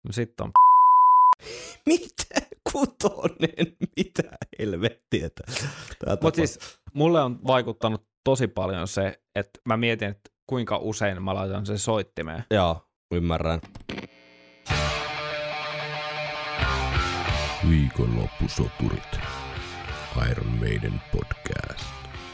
No sit on Mitä? Kutonen? Mitä helvettiä? Mutta siis mulle on vaikuttanut tosi paljon se, että mä mietin, että kuinka usein mä laitan sen soittimeen. Joo, ymmärrän. Viikonloppusoturit. Iron Maiden podcast.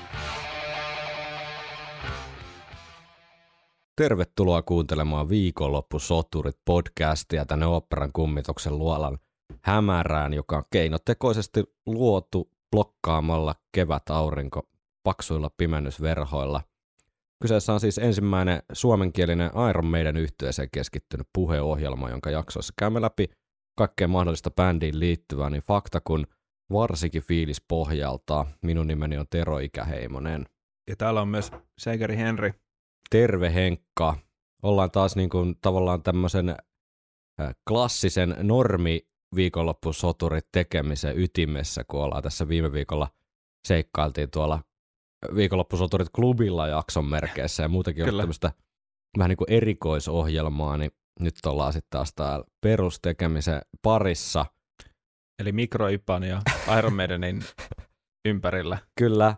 Tervetuloa kuuntelemaan Viikonloppusoturit podcastia tänne Oopperan kummitoksen luolan hämärään, joka on keinotekoisesti luotu blokkaamalla kevätaurinko paksuilla pimennysverhoilla. Kyseessä on siis ensimmäinen suomenkielinen Iron Maiden -yhtyeeseen keskittynyt puheohjelma, jonka jaksoissa käymme läpi kaikkea mahdollista bändiin liittyvää, niin fakta kun varsinkin fiilis pohjalta. Minun nimeni on Tero Ikäheimonen. Ja täällä on myös Seikeri Henri. Terve Henkka. Ollaan taas niin kuin tavallaan tämmöisen klassisen normi-viikonloppusoturit tekemisen ytimessä, kun ollaan tässä viime viikolla seikkailtiin tuolla Viikonloppusoturit-klubilla jakson merkeissä ja muutenkin on tämmöistä vähän niin kuin erikoisohjelmaa, niin nyt ollaan sitten taas täällä perustekemisen parissa. Eli Mikroipan ja Iron Maidenin ympärillä. Kyllä.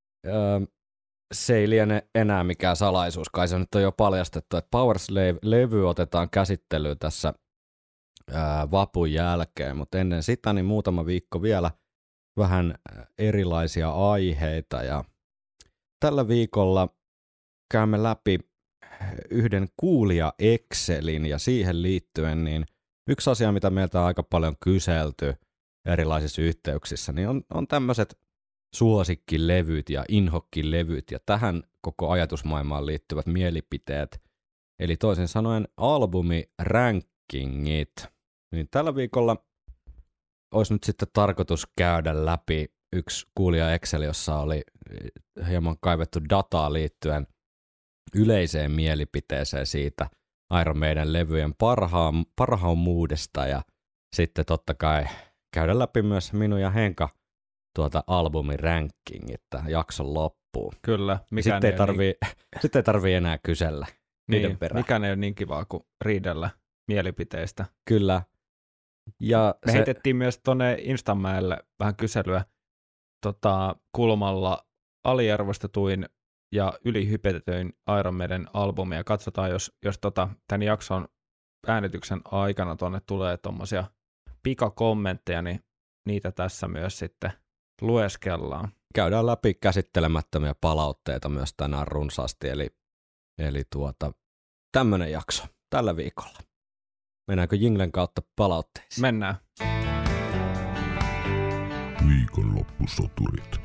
Se ei liene enää mikään salaisuus, kai se nyt on jo paljastettu, että Powerslave-levy otetaan käsittelyyn tässä vapun jälkeen, mutta ennen sitä niin muutama viikko vielä vähän erilaisia aiheita ja tällä viikolla käymme läpi yhden kuulija Excelin ja siihen liittyen niin yksi asia, mitä meiltä on aika paljon kyselty erilaisissa yhteyksissä, niin on tämmöiset suosikkilevyt ja inhokkilevyt ja tähän koko ajatusmaailmaan liittyvät mielipiteet, eli toisin sanoen albumirankingit. Niin tällä viikolla olisi nyt sitten tarkoitus käydä läpi yksi kuulija Excel, jossa oli hieman kaivettu dataa liittyen yleiseen mielipiteeseen siitä Iron Maiden levyjen parhaamuudesta ja sitten totta kai käydä läpi myös minun ja Henka albumirankingit jakson loppuun. Kyllä. Sitten ei tarvii enää kysellä niiden perään. Mikään ei ole niin kivaa kuin riidellä mielipiteistä. Kyllä. Ja me heitettiin myös tuonne Instamäelle vähän kyselyä kulmalla aliarvostetuin ja ylihypetetyin Iron Maiden albumi, ja katsotaan, jos tämän jakson äänityksen aikana tuonne tulee tuommoisia pikakommentteja, niin niitä tässä myös sitten lueskellaan. Käydään läpi käsittelemättömiä palautteita myös tänään runsaasti, eli tämmönen jakso tällä viikolla. Mennäänkö jinglen kautta palautteisiin? Mennään. Viikonloppusoturit.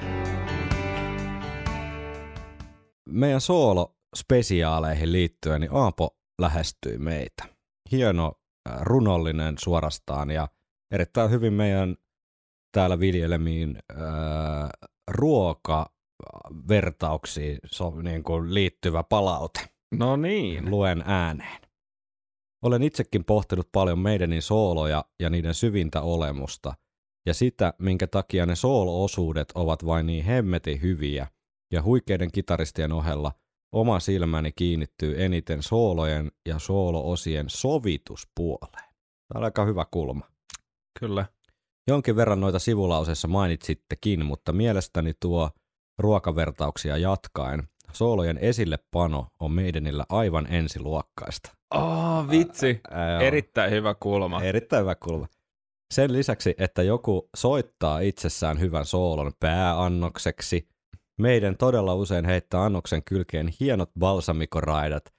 Meidän soolo-spesiaaleihin liittyen niin Aapo lähestyi meitä. Hieno, runollinen suorastaan ja erittäin hyvin meidän täällä viljelemiin ruokavertauksiin niin kuin liittyvä palaute. No niin. Luen ääneen. Olen itsekin pohtinut paljon Maidenin sooloja ja niiden syvintä olemusta ja sitä, minkä takia ne soolo-osuudet ovat vain niin hemmetin hyviä ja huikeiden kitaristien ohella oma silmäni kiinnittyy eniten soolojen ja soolo-osien sovituspuoleen. Tämä on aika hyvä kulma. Kyllä. Jonkin verran noita sivulauseissa mainitsittekin, mutta mielestäni tuo ruokavertauksia jatkaen soolojen esillepano on Maidenillä aivan ensiluokkaista. Vitsi. Erittäin hyvä kulma. Erittäin hyvä kulma. Sen lisäksi, että joku soittaa itsessään hyvän soolon pääannokseksi, Maiden todella usein heittää annoksen kylkeen hienot balsamikoraidat,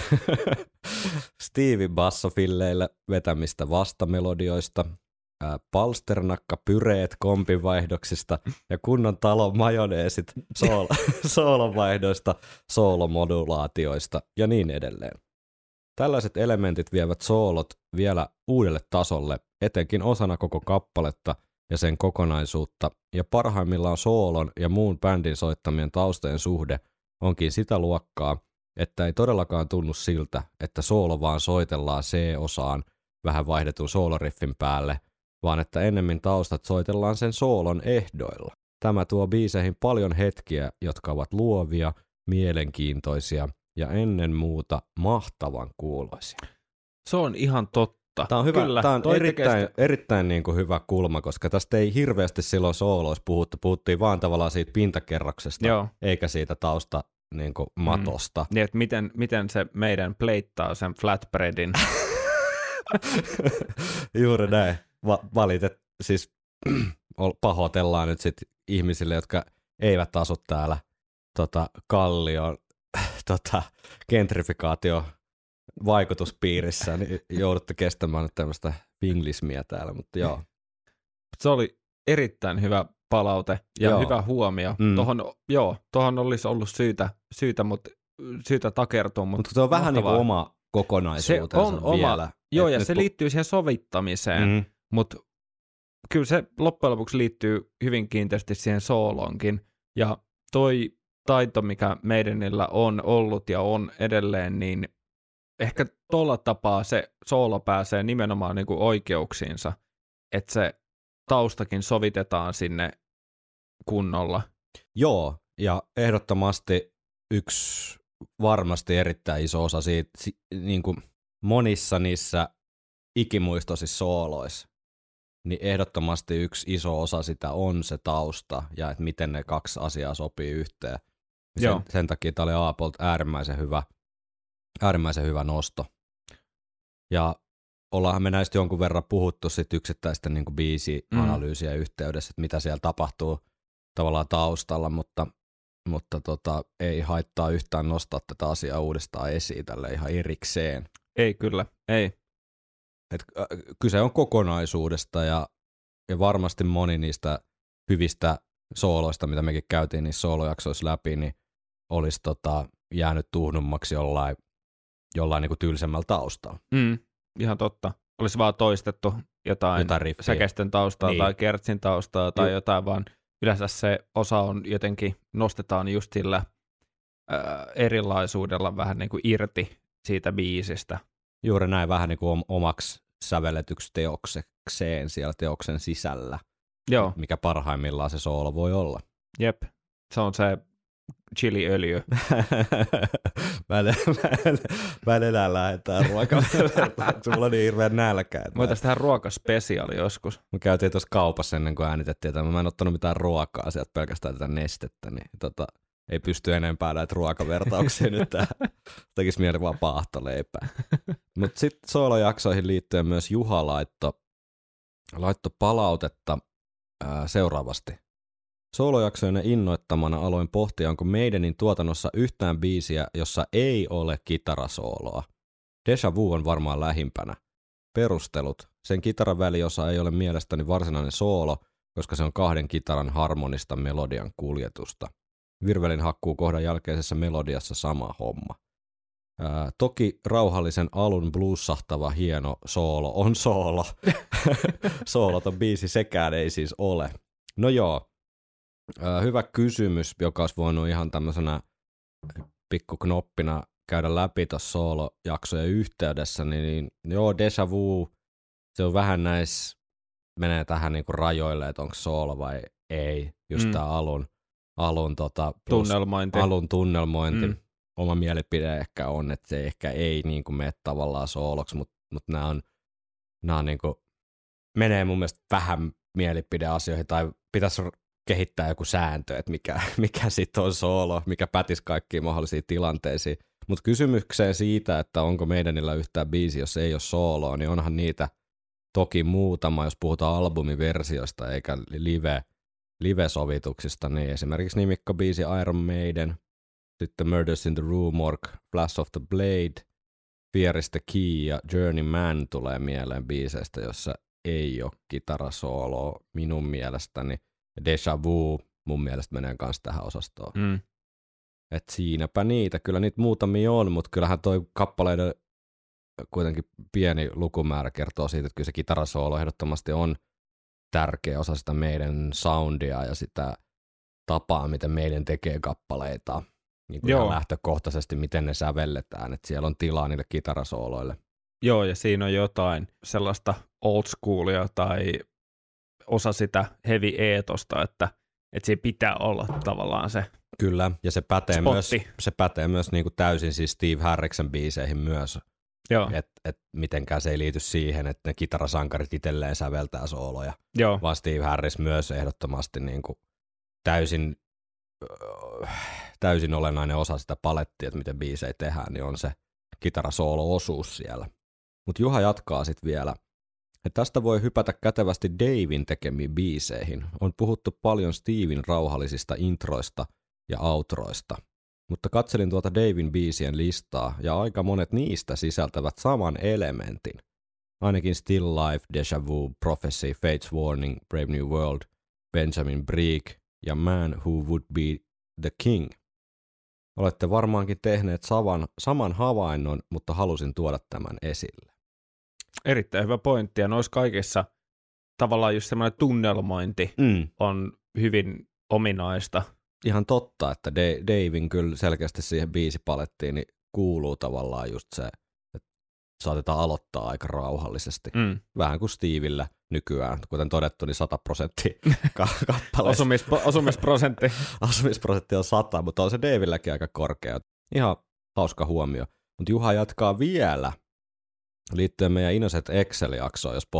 Stevie bassofilleille vetämistä vastamelodioista, palsternakka-pyreet kompinvaihdoksista ja kunnon talon majoneesit soolonvaihdoista, soolomodulaatioista ja niin edelleen. Tällaiset elementit vievät soolot vielä uudelle tasolle, etenkin osana koko kappaletta ja sen kokonaisuutta, ja parhaimmillaan soolon ja muun bändin soittamien taustojen suhde onkin sitä luokkaa, että ei todellakaan tunnu siltä, että soolo vaan soitellaan C-osaan vähän vaihdetun sooloriffin päälle, vaan että ennemmin taustat soitellaan sen soolon ehdoilla. Tämä tuo biiseihin paljon hetkiä, jotka ovat luovia, mielenkiintoisia ja ennen muuta mahtavan kuuloisia. Se on ihan totta. totta. Tämä on, hyvä, Kyllä, tämä on erittäin niin kuin hyvä kulma, koska tästä ei hirveästi silloin sooloissa puhuttiin vaan tavallaan siitä pintakerroksesta, Joo. eikä siitä tausta niin kuin matosta. Niin, että miten se meidän pleittaa sen flatbreadin. Juuri näin. Siis pahoitellaan nyt sit ihmisille, jotka eivät asu täällä Kallion gentrifikaatio vaikutuspiirissä, niin joudutte kestämään nyt tämmöistä pinglismiä täällä, mutta joo. Se oli erittäin hyvä palaute ja Joo. hyvä huomio. Tuohon olisi ollut syytä takertua. Mutta se on vähän niin kuin oma kokonaisuutensa se on vielä. Joo, ja se liittyy siihen sovittamiseen, mutta kyllä se loppujen lopuksi liittyy hyvin kiinteästi siihen sooloonkin. Ja toi taito, mikä meidänillä on ollut ja on edelleen, niin ehkä tuolla tapaa se soolo pääsee nimenomaan niin kuin oikeuksiinsa, että se taustakin sovitetaan sinne kunnolla. Joo, ja ehdottomasti yksi varmasti erittäin iso osa siitä, niin kuin monissa niissä ikimuistoisissa sooloissa, niin ehdottomasti yksi iso osa sitä on se tausta ja että miten ne kaksi asiaa sopii yhteen. Sen takia tämä oli Aapolta äärimmäisen hyvä nosto. Ja ollaanhan me näistä jonkun verran puhuttu sit yksittäisten niin kuin biisi-analyysien yhteydessä, että mitä siellä tapahtuu tavallaan taustalla, mutta ei haittaa yhtään nostaa tätä asiaa uudestaan esiin tälle ihan erikseen. Ei kyllä, ei. Kyse on kokonaisuudesta ja varmasti moni niistä hyvistä sooloista, mitä mekin käytiin niissä soolojaksoissa läpi, niin olisi jäänyt tuhnummaksi jollain niin kuin tylsemmällä taustalla. Ihan totta. Olisi vaan toistettu jotain säkesten taustaa tai kertsin taustaa tai jotain, vaan yleensä se osa on jotenkin, nostetaan just sillä erilaisuudella vähän niin kuin irti siitä biisistä. Juuri näin, vähän niin kuin omaksi sävelletyksi teoksekseen siellä teoksen sisällä, Joo. Mikä parhaimmillaan se soolo voi olla. Jep, se on se chiliöljy. Mä en enää lähdetään ruokavertaan, sulla on niin hirveän nälkä. Voitaisiin tehdä ruokaspesiaali joskus. Me käytiin tuossa kaupassa ennen kuin äänitettiin, että mä en ottanut mitään ruokaa sieltä, pelkästään tätä nestettä, niin ei pysty enempää näitä ruokavertauksia nyt tähän. Tekisi mieli vaan paahtoleipää. Mutta sitten soolojaksoihin liittyen myös Juha laittoi palautetta seuraavasti. Soolojaksojen innoittamana aloin pohtia, onko Maidenin tuotannossa yhtään biisiä, jossa ei ole kitarasooloa. Deja Vu on varmaan lähimpänä. Perustelut. Sen kitaran väliosa ei ole mielestäni varsinainen soolo, koska se on kahden kitaran harmonista melodian kuljetusta. Virvelin hakkuu kohdan jälkeisessä melodiassa sama homma. Toki rauhallisen alun bluessahtava hieno soolo on soolo. Sooloton biisi sekään ei siis ole. No joo, hyvä kysymys, joka olisi voinut ihan tämmöisenä pikkuknoppina käydä läpi tuossa soolojaksojen yhteydessä, niin joo, Deja Vu, se on vähän menee tähän niinku rajoille, että onko soolo vai ei, just tää alun tunnelmointi. Oma mielipide ehkä on, että se ehkä ei niinku mene tavallaan sooloksi, mutta nämä on niinku, menee mun mielestä vähän mielipideasioihin, tai pitäisi kehittää joku sääntö, että mikä sitten on soolo, mikä pätisi kaikkiin mahdollisiin tilanteisiin. Mutta kysymykseen siitä, että onko meidänillä yhtään biisi, jos ei ole sooloa, niin onhan niitä toki muutama, jos puhutaan albumiversioista eikä live-sovituksista, niin esimerkiksi nimikkobiisi Iron Maiden, sitten Murders in the Rue Morgue, Flash of the Blade, Fear is the Key ja Journeyman tulee mieleen biiseistä, jossa ei ole kitarasooloa minun mielestäni. Deja Vu mun mielestä menee kanssa tähän osastoon. Et siinäpä niitä. Kyllä niitä muutamia on, mutta kyllähän toi kappaleiden kuitenkin pieni lukumäärä kertoo siitä, että kyllä se kitarasoolo ehdottomasti on tärkeä osa sitä meidän soundia ja sitä tapaa, miten meidän tekee kappaleita. Niin kuin ihan lähtökohtaisesti, miten ne sävelletään, että siellä on tilaa niille kitarasooloille. Joo, ja siinä on jotain sellaista old schoolia tai osa sitä heavy eetosta, että siinä pitää olla tavallaan se kyllä, ja se pätee spotti. myös niin kuin täysin siis Steve Harriksen biiseihin myös Joo. Et mitenkään se ei liity siihen, että ne kitarasankarit itselleen säveltää sooloja, Joo. vaan Steve Harris myös ehdottomasti niin kuin täysin olennainen osa sitä palettia, että miten biisejä tehdään, niin on se kitarasoolo-osuus siellä. Mutta Juha jatkaa sitten vielä, että tästä voi hypätä kätevästi Davin tekemiin biiseihin. On puhuttu paljon Steven rauhallisista introista ja outroista, mutta katselin tuota Davin biisien listaa ja aika monet niistä sisältävät saman elementin. Ainakin Still Life, Deja Vu, Prophecy, Fate's Warning, Brave New World, Benjamin Brick ja Man Who Would Be the King. Olette varmaankin tehneet saman havainnon, mutta halusin tuoda tämän esille. Erittäin hyvä pointti, ja noissa kaikissa tavallaan just semmoinen tunnelmointi on hyvin ominaista. Ihan totta, että Davin kyllä selkeästi siihen biisipalettiin niin kuuluu tavallaan just se, että saatetaan aloittaa aika rauhallisesti. Vähän kuin Stevellä nykyään, kuten todettu, niin 100% kappaleista. Osumisprosentti. Osumisprosentti on 100, mutta on se Davilläkin aika korkea. Ihan hauska huomio. Mutta Juha jatkaa vielä liittyen meidän Innocent Excel-jaksoon, jos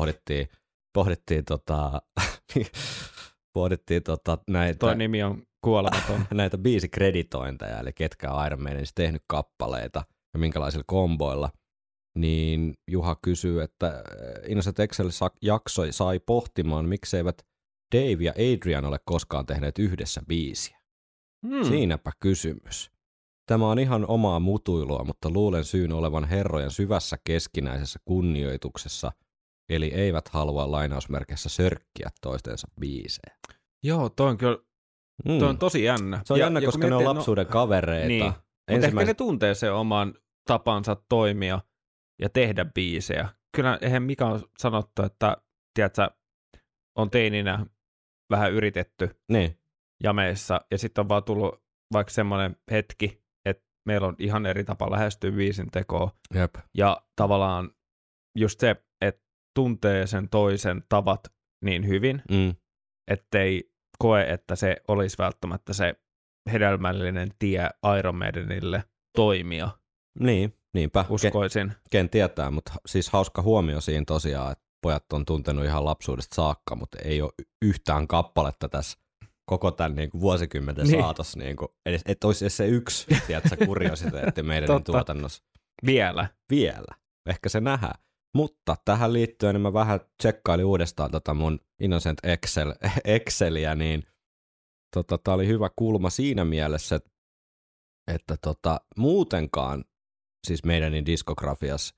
pohdittiin näitä... Toi nimi on kuolematon. Näitä biisikreditointeja, eli ketkä on Iron Maidenissa tehnyt kappaleita ja minkälaisilla komboilla, niin Juha kysyy, että Innocent Excel-jakso sai pohtimaan, mikseivät Dave ja Adrian ole koskaan tehneet yhdessä biisiä. Siinäpä kysymys. Tämä on ihan omaa mutuilua, mutta luulen syyn olevan herrojen syvässä keskinäisessä kunnioituksessa, eli eivät halua lainausmerkeissä sörkkiä toistensa biisejä. Joo, toi on kyllä toi on tosi jännä. Se on jännä, koska ne on lapsuuden kavereita. Niin, mutta ehkä ne tuntee sen oman tapansa toimia ja tehdä biisejä. Kyllä eihän Mika on sanottu, että tiedätkö, on teininä vähän yritetty jameissa, ja sitten on vaan tullut vaikka semmoinen hetki, että meillä on ihan eri tapa lähestyä biisin tekoa. Jep. Ja tavallaan just se, että tuntee sen toisen tavat niin hyvin, ettei koe, että se olisi välttämättä se hedelmällinen tie Iron Maidenille toimia. Niinpä. Uskoisin. Ken tietää, mutta siis hauska huomio siinä tosiaan, että pojat on tuntenut ihan lapsuudesta saakka, mutta ei ole yhtään kappaletta tässä koko tämän niin kuin vuosikymmenten saatossa. Niin kuin, että olisi se yksi, tiedätkö, kuriositeetti meidän tuotannossa. Vielä. Ehkä se nähdään. Mutta tähän liittyen niin mä vähän tsekkailin uudestaan mun Innocent Exceliä, niin tää oli hyvä kulma siinä mielessä, että muutenkaan siis meidän diskografiassa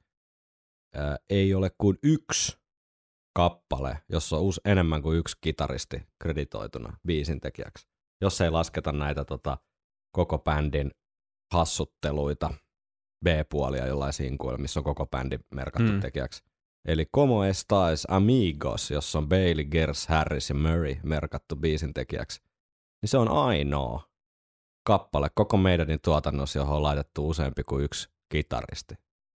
ei ole kuin yksi kappale, jossa on enemmän kuin yksi kitaristi kreditoituna biisintekijäksi. Jos ei lasketa näitä koko bändin hassutteluita, B-puolia jollain sinkuilla, missä on koko bändi merkattu tekijäksi. Eli Como Estais Amigos, jossa on Bailey, Gers, Harris ja Murray merkattu biisintekijäksi. Niin se on ainoa kappale koko meidänin tuotannossa, johon on laitettu useampi kuin yksi kitaristi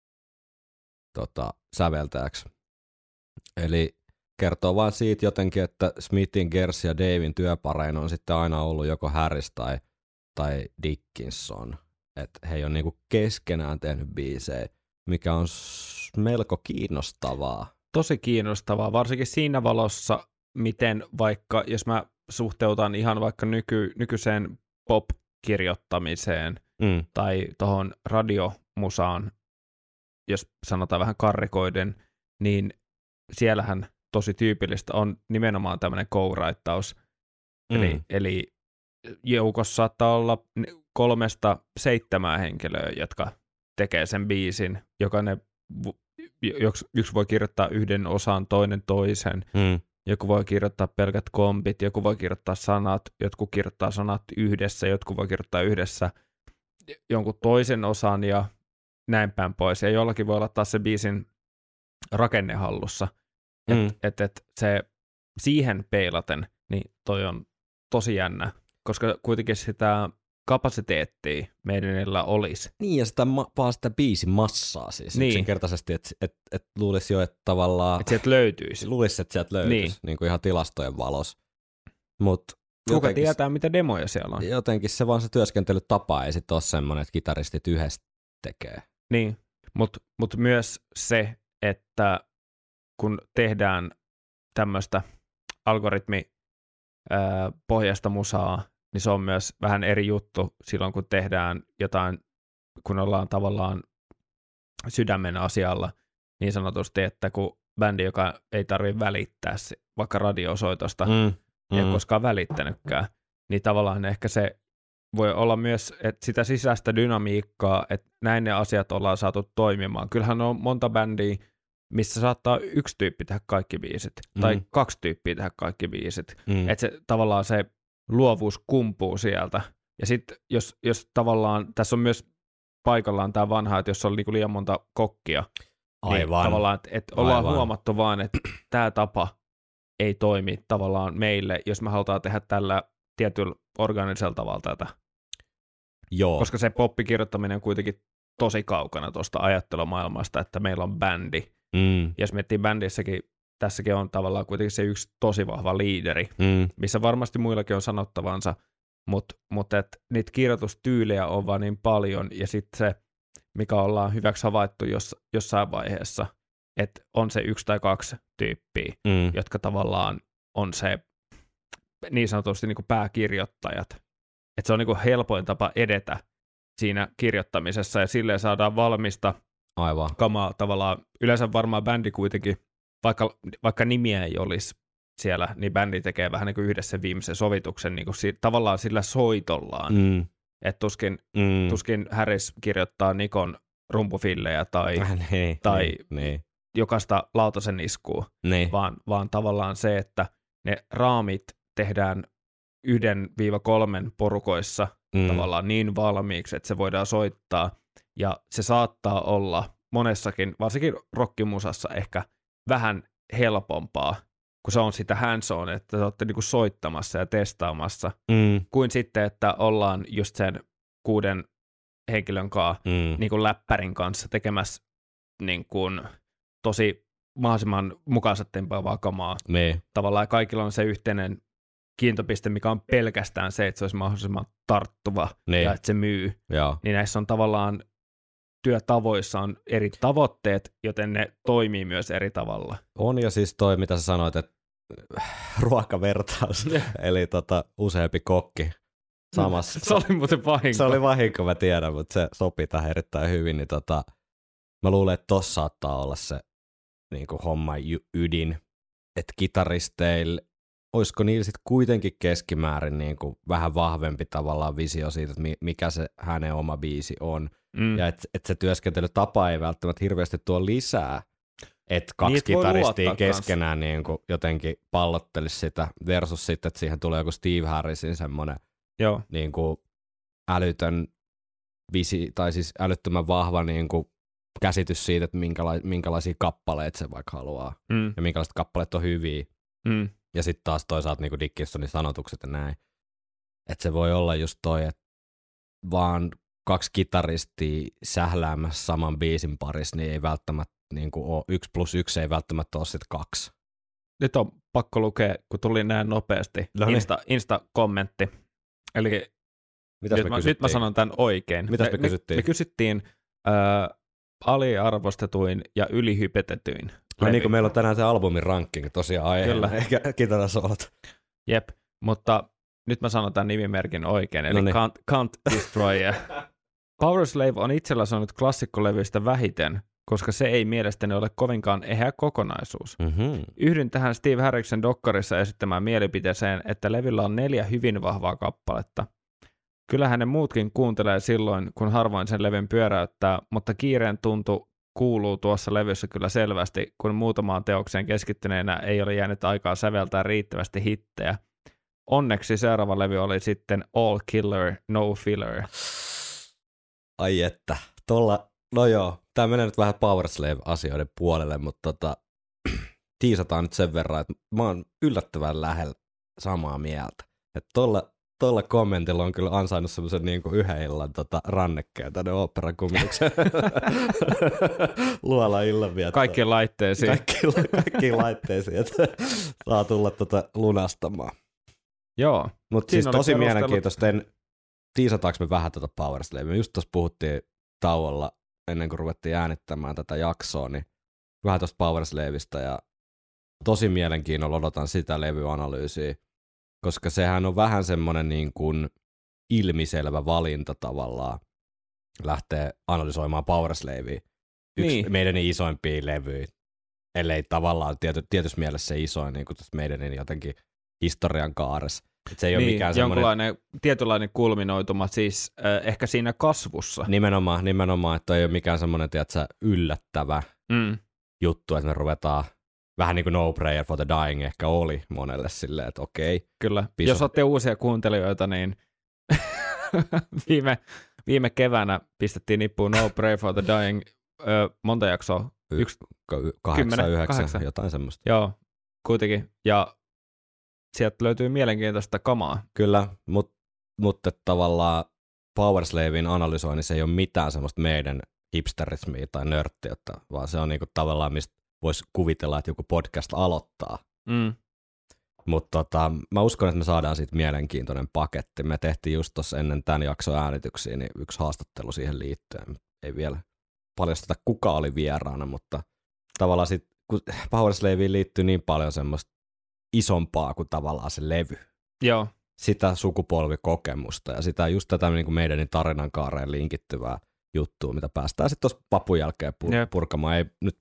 säveltäjäksi. Eli kertoo vaan siitä jotenkin, että Smithin, Gers ja Davin työpareina on sitten aina ollut joko Harris tai Dickinson. Että he ei ole niinku keskenään tehnyt biisejä, mikä on melko kiinnostavaa. Tosi kiinnostavaa, varsinkin siinä valossa, miten vaikka, jos mä suhteutan ihan vaikka nykyiseen pop-kirjoittamiseen tai tuohon radiomusaan, jos sanotaan vähän karrikoiden, niin siellähän tosi tyypillistä on nimenomaan tämmöinen co-writeaus. Eli joukossa saattaa olla 3-7 henkilöä, jotka tekee sen biisin. Jokainen, yksi voi kirjoittaa yhden osan, toinen toisen. Joku voi kirjoittaa pelkät kompit, joku voi kirjoittaa sanat, jotkut kirjoittaa sanat yhdessä, jotkut voi kirjoittaa yhdessä jonkun toisen osan ja näin päin pois. Ja jollakin voi olla taas se biisin rakennehallussa. Että se siihen peilaten, niin toi on tosi jännä, koska kuitenkin sitä kapasiteettia meidänillä olisi. Niin, ja vaan sitä biisin massaa siis yksinkertaisesti, että luulisi jo, että tavallaan... Että sieltä löytyisi. Luulisi, että sieltä löytyisi, niin kuin ihan tilastojen valossa. Kuka tietää, mitä demoja siellä on? Jotenkin se vaan se työskentelytapa ei sitten ole semmoinen, että kitaristit yhdessä tekee. Niin, Mut myös se, että kun tehdään tämmöistä algoritmipohjaista musaa, niin se on myös vähän eri juttu silloin, kun tehdään jotain, kun ollaan tavallaan sydämen asialla niin sanotusti, että kun bändi, joka ei tarvitse välittää vaikka radiosoitosta, ei ole koskaan välittänytkään, niin tavallaan ehkä se voi olla myös että sitä sisäistä dynamiikkaa, että näin ne asiat ollaan saatu toimimaan. Kyllähän on monta bändiä, missä saattaa yksi tyyppi tehdä kaikki biisit, tai kaksi tyyppiä tehdä kaikki biisit. Että se tavallaan se luovuus kumpuu sieltä. Ja sitten jos tavallaan, tässä on myös paikallaan tämä vanha, että jos on niinku liian monta kokkia, niin tavallaan, että ollaan huomattu vaan, että tämä tapa ei toimi tavallaan meille, jos me halutaan tehdä tällä tietyllä organisella tavalla tätä. Joo. Koska se poppikirjoittaminen on kuitenkin tosi kaukana tuosta ajattelumaailmasta, että meillä on bändi. Jos miettii bändissäkin, tässäkin on tavallaan kuitenkin se yksi tosi vahva liideri, missä varmasti muillakin on sanottavansa, mutta niitä kirjoitustyylejä on vaan niin paljon, ja sitten se, mikä ollaan hyväksi havaittu jossain vaiheessa, että on se yksi tai kaksi tyyppiä, jotka tavallaan on se niin sanotusti niin kuin pääkirjoittajat. Että se on niin kuin helpoin tapa edetä siinä kirjoittamisessa, ja silleen saadaan valmista kamaa tavallaan. Yleensä varmaan bändi kuitenkin, vaikka nimiä ei olisi siellä, niin bändi tekee vähän niin kuin yhdessä viimeisen sovituksen niin kuin tavallaan sillä soitollaan. Että tuskin Harris kirjoittaa Nikon rumpufillejä tai jokaista lautasen iskua, vaan tavallaan se, että ne raamit tehdään 1-3 porukoissa tavallaan niin valmiiksi, että se voidaan soittaa, ja se saattaa olla monessakin, varsinkin rockimusassa ehkä vähän helpompaa, kun se on sitä hands-on, että te olette niinku soittamassa ja testaamassa, kuin sitten, että ollaan just sen 6 henkilön kanssa, niinku läppärin kanssa tekemässä niinku tosi mahdollisimman mukaansa tempaavaa kamaa. Tavallaan kaikilla on se yhteinen kiintopiste, mikä on pelkästään se, että se olisi mahdollisimman tarttuva ja että se myy. Niin näissä on tavallaan työtavoissa on eri tavoitteet, joten ne toimii myös eri tavalla. On, ja siis toi, mitä sä sanoit, että ruokavertaus, eli useampi kokki samassa. Se oli muuten vahinko. Se oli vahinko, mä tiedän, mutta se sopii tähän erittäin hyvin. Niin mä luulen, että tossa saattaa olla se niin kuin homma ydin, että kitaristeille, olisiko niillä sitten kuitenkin keskimäärin niin kuin vähän vahvempi tavallaan visio siitä, että mikä se hänen oma biisi on. Ja että se työskentelytapa ei välttämättä hirveästi tuo lisää, että kaksi kitaristia keskenään niin kuin jotenkin pallottelisi sitä, versus sitten, että siihen tulee joku Steve Harrisin semmoinen niin kuin älytön tai siis älyttömän vahva niin kuin käsitys siitä, että minkälaisia kappaleita se vaikka haluaa ja minkälaiset kappaleet on hyviä. Ja sitten taas toisaalta niin kuin Dickinsonin sanotukset ja näin. Että se voi olla just toi, että vaan 2 kitaristia sähläämässä saman biisin parissa, niin ei välttämättä niin kuin ole 1+1 ei välttämättä ole sitten 2. Nyt on pakko lukea, kun tuli näin nopeasti. Insta-kommentti. Eli nyt mä sanon tämän oikein. Mitäs me kysyttiin? Me kysyttiin aliarvostetuin ja ylihypetetyin. Niin kuin meillä on tänään se albumin ranking tosiaan aiheena, eikä kitarasolot. Jep, mutta nyt mä sanon tämän nimimerkin oikein, eli Can't Destroy. Powerslave on itsellä saanut klassikkolevyistä vähiten, koska se ei mielestäni ole kovinkaan eheä kokonaisuus. Yhdyn tähän Steve Harriksen dokkarissa esittämään mielipiteeseen, että levyllä on 4 hyvin vahvaa kappaletta. Kyllähän ne muutkin kuuntelee silloin, kun harvoin sen levyn pyöräyttää, mutta kiireen tuntu kuuluu tuossa levyssä kyllä selvästi, kun muutamaan teokseen keskittyneenä ei ole jäänyt aikaa säveltää riittävästi hittejä. Onneksi seuraava levy oli sitten All Killer, No Filler. Ai että, no joo, tää menee nyt vähän Powerslave-asioiden puolelle, mutta tiisataan nyt sen verran, että mä oon yllättävän lähellä samaa mieltä. Että tuolla kommentilla on kyllä ansainnut semmoisen niin kuin 1 illan rannekkeen tänne oopperan kummiukseen. Luola illan viettoon. Kaikkiin laitteisiin. Kaikkiin laitteisiin, että saa tulla lunastamaan. Joo. Mutta siis tosi mielenkiintoista. Tiisataanko me vähän Powerslavea? Me just tuossa puhuttiin tauolla, ennen kuin ruvettiin äänittämään tätä jaksoa, niin vähän tuosta Powerslavesta ja tosi mielenkiinnolla odotan sitä levyanalyysiä, koska sehän on vähän semmoinen niin kuin ilmiselvä valinta tavallaan lähteä analysoimaan Powerslavea. Yksi meidän isoimpia levyjä, ellei tavallaan tietyssä mielessä se isoin niin kuin meidän jotenkin historian kaaressa. Se ei ole mikään jonkunlainen tietynlainen kulminoituma siis ehkä siinä kasvussa. Nimenomaan, että ei ole mikään semmoinen yllättävä juttu, että me ruvetaan vähän niin kuin No Prayer for the Dying ehkä oli monelle silleen, että okei. Kyllä, jos olette uusia kuuntelijoita, niin viime keväänä pistettiin nippuun No Prayer for the Dying monta jaksoa? 8, jotain semmoista. Joo, kuitenkin. Ja sieltä löytyy mielenkiintoista kamaa. Kyllä, mutta tavallaan Powerslaven analysoinnissa ei ole mitään semmoista meidän hipsterismiä tai nörttiyttä, vaan se on niinku tavallaan, mistä voisi kuvitella, että joku podcast aloittaa. Mutta mä uskon, että me saadaan siitä mielenkiintoinen paketti. Me tehtiin just tuossa ennen tämän jakson äänityksiä niin yksi haastattelu siihen liittyen. Ei vielä paljasteta, kuka oli vieraana, mutta tavallaan sit, kun Powerslaveen liittyy niin paljon semmoista isompaa kuin tavallaan se levy. Joo. Sitä sukupolvikokemusta ja sitä just tätä niin kuin meidän tarinan kaareen linkittyvää juttua, mitä päästään sitten tuossa papun jälkeen purkamaan. Ei nyt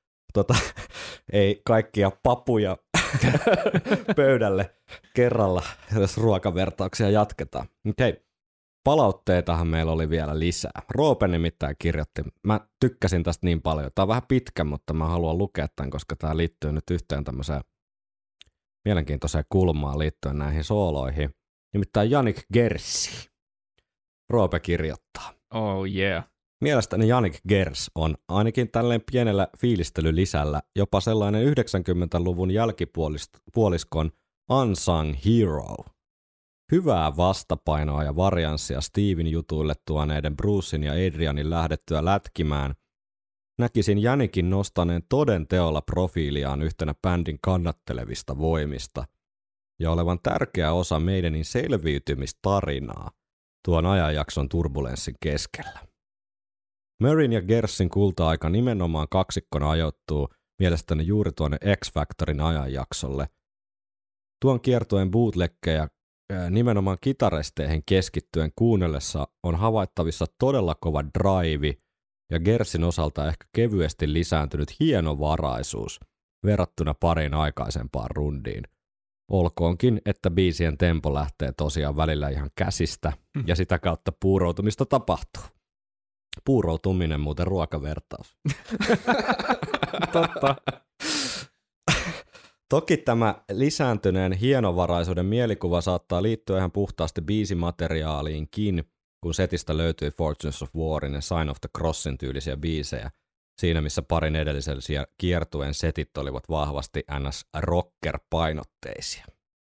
ei kaikkia papuja pöydälle kerralla, jos ruokavertauksia jatketaan. Mutta hei, palautteitahan meillä oli vielä lisää. Roope nimittäin kirjoitti. Mä tykkäsin tästä niin paljon. Tää on vähän pitkä, mutta mä haluan lukea tämän, koska tää liittyy nyt yhteen tämmöiseen mielenkiintoiseen kulmaan liittyen näihin sooloihin. Nimittäin Jannik Gersi. Roope kirjoittaa. Oh yeah. Mielestäni Jannik Gers on ainakin tälleen pienellä fiilistelylisällä jopa sellainen 90-luvun jälkipuoliskon unsung hero. Hyvää vastapainoa ja varianssia Steven jutuille tuoneiden Brucein ja Adrianin lähdettyä lätkimään. Näkisin Janikin nostaneen toden teolla profiiliaan yhtenä bändin kannattelevista voimista ja olevan tärkeä osa meidänin selviytymistarinaa tuon ajanjakson turbulenssin keskellä. Murrayn ja Gersin kulta-aika nimenomaan kaksikkona ajoittuu mielestäni juuri tuonne X-Factorin ajanjaksolle. Tuon kiertueen bootleggejä nimenomaan kitaristeihin keskittyen kuunnellessa on havaittavissa todella kova drive ja Gersin osalta ehkä kevyesti lisääntynyt hienovaraisuus verrattuna pariin aikaisempaan rundiin. Olkoonkin, että biisien tempo lähtee tosiaan välillä ihan käsistä ja sitä kautta puuroutumista tapahtuu. Puuroutuminen muuten ruokavertaus. Totta. Toki tämä lisääntyneen hienovaraisuuden mielikuva saattaa liittyä ihan puhtaasti biisimateriaaliinkin, kun setistä löytyi Fortunes of Warin ja Sign of the Crossin tyylisiä biisejä, siinä missä parin edellisen kiertueen setit olivat vahvasti NS-rocker-painotteisia.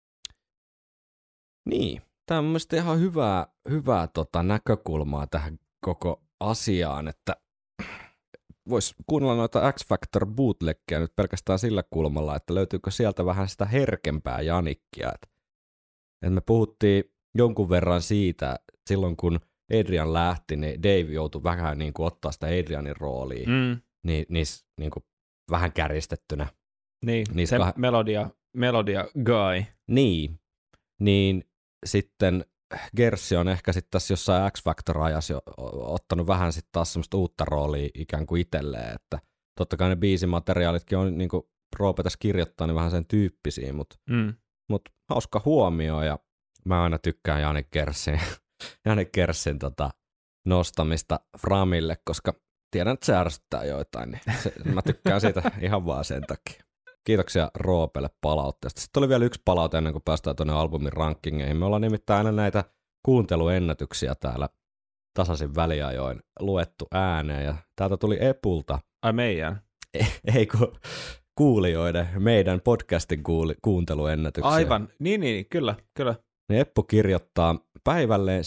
Niin, tämä on mielestäni ihan hyvää näkökulmaa tähän koko asiaan, että voisi kuunnella noita X-Factor bootleggeja nyt pelkästään sillä kulmalla, että löytyykö sieltä vähän sitä herkempää Janikkia. Että me puhuttiin jonkun verran siitä, silloin kun Adrian lähti, niin Dave joutui vähän niin kuin ottaa sitä Adrianin roolia, niin kuin vähän kärjistettynä. Niin, se melodia guy. Niin sitten Gersi on ehkä sitten tässä jossain X-Factor-ajassa jo ottanut vähän sitten taas semmoista uutta roolia ikään kuin itselleen, että totta kai ne biisimateriaalitkin on niin kuin Roope tässä kirjoittaa, niin vähän sen tyyppisiä, mutta hauska huomio ja mä aina tykkään Jannik Gersin nostamista framille, koska tiedän, että se ärsyttää joitain, niin mä tykkään siitä ihan vaan sen takia. Kiitoksia Roopelle palautteesta. Sitten oli vielä yksi palaute ennen kuin päästään tuonne albumin rankingeihin. Me ollaan nimittäin aina näitä kuunteluennätyksiä täällä tasaisin väliajoin luettu ääneen. Ja täältä tuli Epulta. Ai meidän? Ei kun kuulijoiden, meidän podcastin kuunteluennätyksiä. Aivan, niin, kyllä. Niin Eppu kirjoittaa päivälleen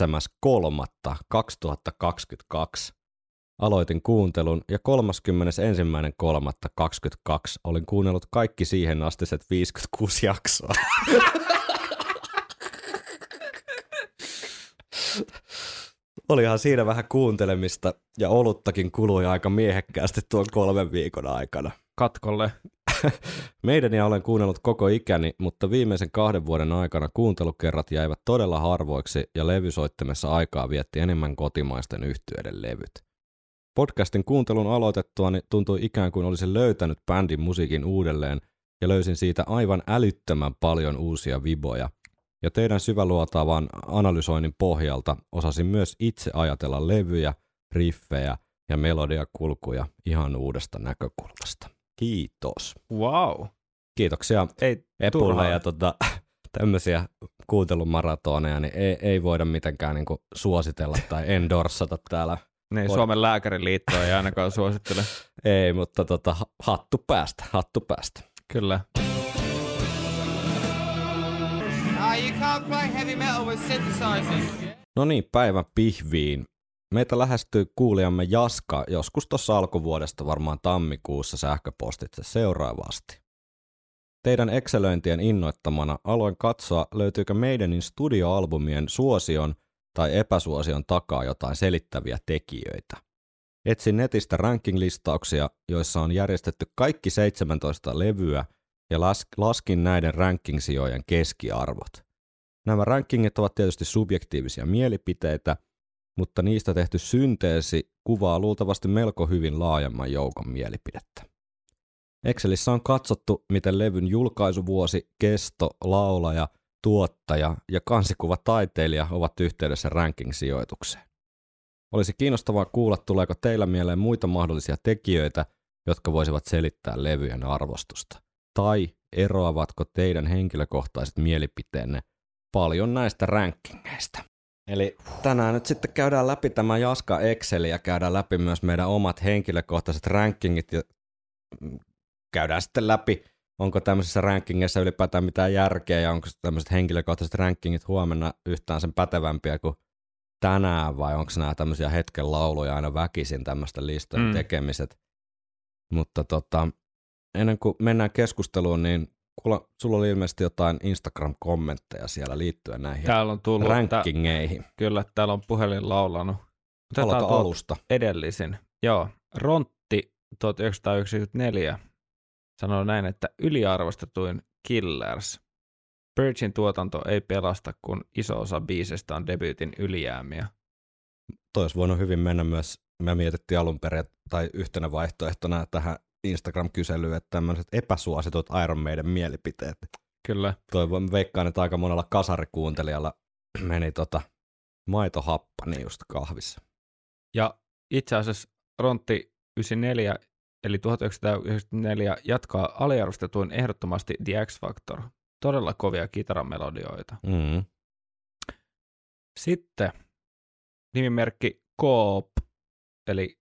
7.3.2022. Aloitin kuuntelun ja 31.3.22 olin kuunnellut kaikki siihen astiset 56 jaksoa. Olihan siinä vähän kuuntelemista ja oluttakin kului aika miehekkäästi tuon 3 viikon aikana. Katkolle. Meidäniä olen kuunnellut koko ikäni, mutta viimeisen 2 vuoden aikana kuuntelukerrat jäivät todella harvoiksi ja levysoittimessa aikaa vietti enemmän kotimaisten yhtyeiden levyt. Podcastin kuuntelun aloitettuani tuntui ikään kuin olisin löytänyt bändin musiikin uudelleen ja löysin siitä aivan älyttömän paljon uusia viboja. Ja teidän syväluotaavan analysoinnin pohjalta osasin myös itse ajatella levyjä, riffejä ja melodiakulkuja ihan uudesta näkökulmasta. Kiitos. Wow. Kiitoksia Epulle ja tämmöisiä kuuntelumaratoneja, niin ei voida mitenkään niinku suositella tai endorsata täällä. Niin, Suomen lääkäriliitto ei ainakaan suosittele. Ei, mutta hattu päästä. Kyllä. You can't play heavy metal with synthesizers. No niin, päivän pihviin. Meitä lähestyy kuulijamme Jaska joskus tuossa alkuvuodesta varmaan tammikuussa sähköpostitse seuraavasti. Teidän excelöintien innoittamana aloin katsoa, löytyykö meidänin studioalbumien suosion tai epäsuosion takaa jotain selittäviä tekijöitä. Etsin netistä ranking-listauksia, joissa on järjestetty kaikki 17 levyä ja laskin näiden ranking-sijojen keskiarvot. Nämä rankingit ovat tietysti subjektiivisia mielipiteitä, mutta niistä tehty synteesi kuvaa luultavasti melko hyvin laajemman joukon mielipidettä. Excelissä on katsottu, miten levyn julkaisuvuosi, kesto, laulaja, tuottaja ja kansikuvataiteilija ovat yhteydessä ranking-sijoitukseen. Olisi kiinnostavaa kuulla, tuleeko teillä mieleen muita mahdollisia tekijöitä, jotka voisivat selittää levyjen arvostusta. Tai eroavatko teidän henkilökohtaiset mielipiteenne paljon näistä rankingeista? Eli tänään nyt sitten käydään läpi tämä Jaska Excel ja käydään läpi myös meidän omat henkilökohtaiset rankingit ja käydään sitten läpi, onko tämmöisissä rankingeissa ylipäätään mitään järkeä ja onko tämmöiset henkilökohtaiset rankingit huomenna yhtään sen pätevämpiä kuin tänään vai onko nämä tämmöisiä hetken lauluja aina väkisin tämmöistä listojen tekemiset. Mutta ennen kuin mennään keskusteluun, niin sulla oli ilmeisesti jotain Instagram-kommentteja siellä liittyen näihin täällä on tullut rankingeihin. Kyllä, täällä on puhelin laulanut. Aloita alusta. Edellisin. Joo, Rontti 1994 sanoi näin, että yliarvostetuin Killers. Purgen tuotanto ei pelasta, kun iso osa biisestä on debyytin ylijäämiä. Toi olisi voinut hyvin mennä myös, me mietittiin alun perin, tai yhtenä vaihtoehtona tähän Instagram-kyselyyn, että tämmöiset epäsuositut Iron Maiden mielipiteet. Kyllä. Veikkaan, että aika monella kasarikuuntelijalla meni maitohappani just kahvissa. Ja itse asiassa Rontti 94, eli 1994 jatkaa aliarvostetuin ehdottomasti The X-Factor. Todella kovia kitaramelodioita. Mm. Sitten nimimerkki Koop, eli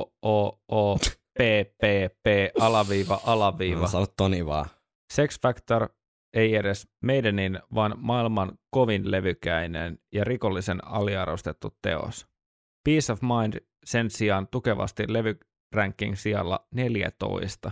K-O-O-P-P-P-alaviiva. No, sanot Toni vaan. Sex Factor ei edes meidänin, vaan maailman kovin levykäinen ja rikollisen aliarvostettu teos. Peace of Mind sen sijaan tukevasti levyranking sijalla 14.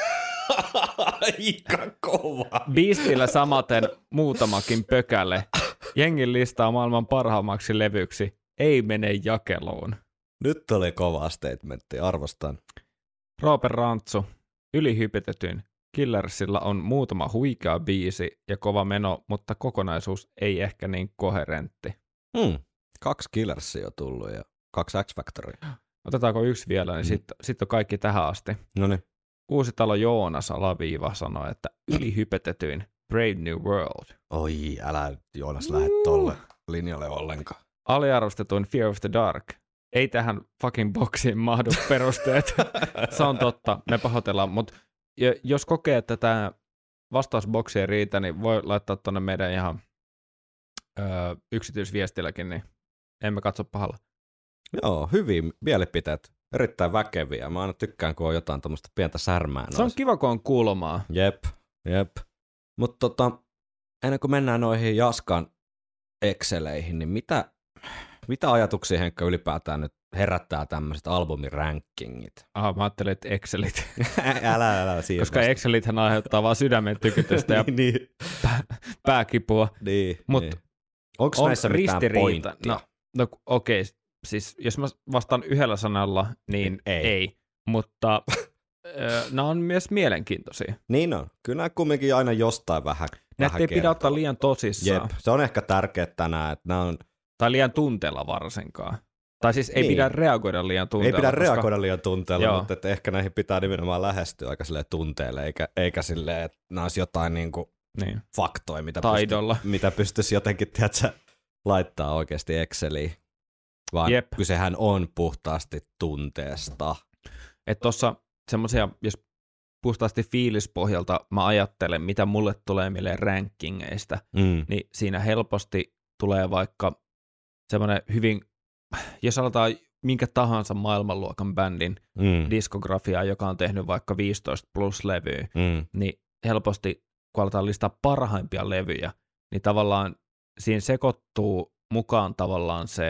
Aika kova. Beastillä samaten muutamakin pökäle. Jengin listaa maailman parhaammaksi levyksi. Ei mene jakeluun. Nyt oli kova statementti, arvostan. Roope Rantsu, ylihypetetyin. Killersillä on muutama huikea biisi ja kova meno, mutta kokonaisuus ei ehkä niin koherentti. 2 Killersia on tullut ja 2 X-Factoria. Otetaanko yksi vielä, niin sitten on kaikki tähän asti. Noniin. Uusitalo Joonas alaviiva sanoi, että ylihypetetyin Brave New World. Oi, älä Joonas lähde tolle linjalle ollenkaan. Aliarvostetuin Fear of the Dark. Ei tähän fucking boksiin mahdu perusteet. Se on totta, me pahoitellaan, mutta jos kokee, että tämä vastausboksi ei riitä, niin voi laittaa tuonne meidän ihan yksityisviestilläkin, niin emme katso pahalla. Joo, hyvin mielipiteet. Erittäin väkeviä. Mä aina tykkään, kun on jotain tuommoista pientä särmää. Se on kiva, kun on kulmaa. Jep. Mutta ennen kuin mennään noihin Jaskan Exceleihin, niin mitä ajatuksia, Henkka, ylipäätään nyt herättää tämmöiset albumirankingit? Mä ajattelin, että Excelit. älä siihen. Koska Excelithän aiheuttaa vaan sydämen tykytystä ja niin. pääkipua. Niin. Mutta onko näissä mitään pointtia? No okei, siis jos mä vastaan yhdellä sanalla, niin ei. Mutta nämä on myös mielenkiintoisia. Niin on. Kyllä nämä kumminkin aina jostain vähän Näitä ei pidä ottaa liian tosissaan. Jep, se on ehkä tärkeää tänään, että nämä on... Tai liian tunteella varsinkaan. Tai siis ei pidä reagoida liian tunteella. Ei pidä reagoida liian tunteella, mutta että ehkä näihin pitää nimenomaan lähestyä aika silleen tunteelle, eikä silleen, että nämä olisi jotain niinku faktoja, mitä pystyisi jotenkin, tiedätkö, laittaa oikeasti Exceliin. Vaan kysehän on puhtaasti tunteesta. Että tuossa semmoisia, jos puhtaasti fiilispohjalta mä ajattelen, mitä mulle tulee mieleen rankingeista, niin siinä helposti tulee vaikka semmoinen hyvin, jos aletaan minkä tahansa maailmanluokan bändin diskografiaa, joka on tehnyt vaikka 15 plus levyä, niin helposti, kun aletaan listaa parhaimpia levyjä, niin tavallaan siinä sekoittuu mukaan tavallaan se,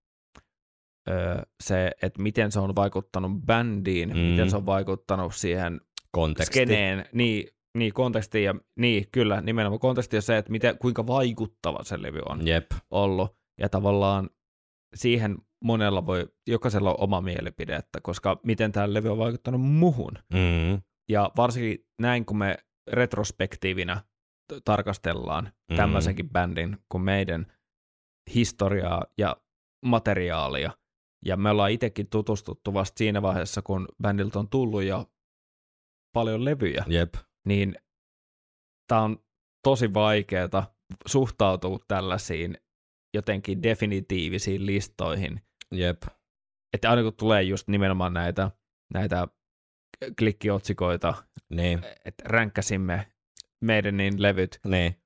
että miten se on vaikuttanut bändiin, miten se on vaikuttanut siihen skeneen, niin kontekstiin, ja niin kyllä, nimenomaan konteksti on se, että kuinka vaikuttava se levy on ollut, ja tavallaan siihen monella jokaisella on oma mielipide, että koska miten tämä levy on vaikuttanut muhun, ja varsinkin näin, kun me retrospektiivinä tarkastellaan tämmöisenkin bändin kuin meidän historiaa ja materiaalia, ja me ollaan itsekin tutustuttu vasta siinä vaiheessa, kun bändiltä on tullut jo paljon levyjä, niin tää on tosi vaikeeta suhtautua tällaisiin jotenkin definitiivisiin listoihin. Että aina kun tulee just nimenomaan näitä klikkiotsikoita, että ränkkäsimme meidän niin levyt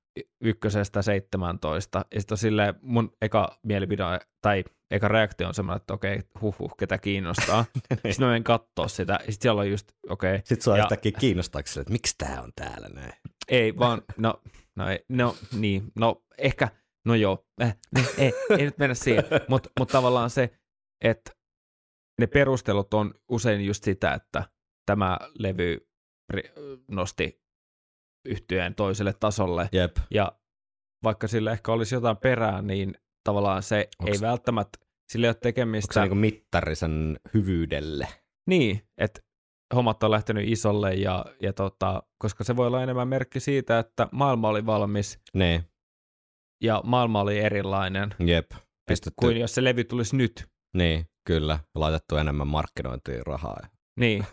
1-17, ja sitten silleen mun eka mielipide tai eka reaktio on semmoinen, että okei, ketä kiinnostaa. Sitten mä menen kattoo sitä, ja sitten siellä on just, Sitten sua yhtäkkiä kiinnostaakseni, että miksi tää on täällä näin? Ei, vaan, ehkä, no joo, ei nyt mennä siihen, mutta tavallaan se, että ne perustelut on usein just sitä, että tämä levy nosti yhtyeen toiselle tasolle, ja vaikka sillä ehkä olisi jotain perää, niin tavallaan se ei välttämättä, sillä ei ole tekemistä. Onko se niinku mittari sen hyvyydelle? Niin, että hommat on lähtenyt isolle, ja koska se voi olla enemmän merkki siitä, että maailma oli valmis, ja maailma oli erilainen, kuin jos se levy tulisi nyt. Niin, kyllä, laitettu enemmän markkinointiin rahaa. Niin.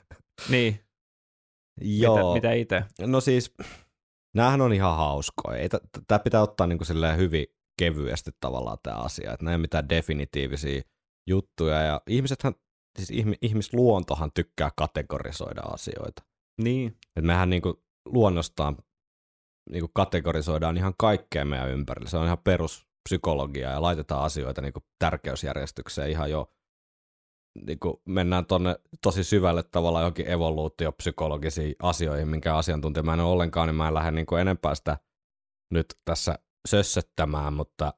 Joo. Mitä itse? No siis, näähän on ihan hauskoja. Tämä pitää ottaa niin kuin silleen hyvin kevyesti tavallaan tämä asia, että nämä ei ole mitään definitiivisia juttuja, ja ihmisluontohan tykkää kategorisoida asioita. Niin. Et mehän niin kuin luonnostaan niin kuin kategorisoidaan ihan kaikkea meidän ympärillä. Se on ihan peruspsykologia, ja laitetaan asioita niin kuin tärkeysjärjestykseen ihan jo, niin kuin mennään tonne tosi syvälle tavallaan johonkin evoluutiopsykologisiin asioihin, minkä asiantuntija mä en ole ollenkaan, niin mä en lähde niin kuin enempää sitä nyt tässä sössöttämään, mutta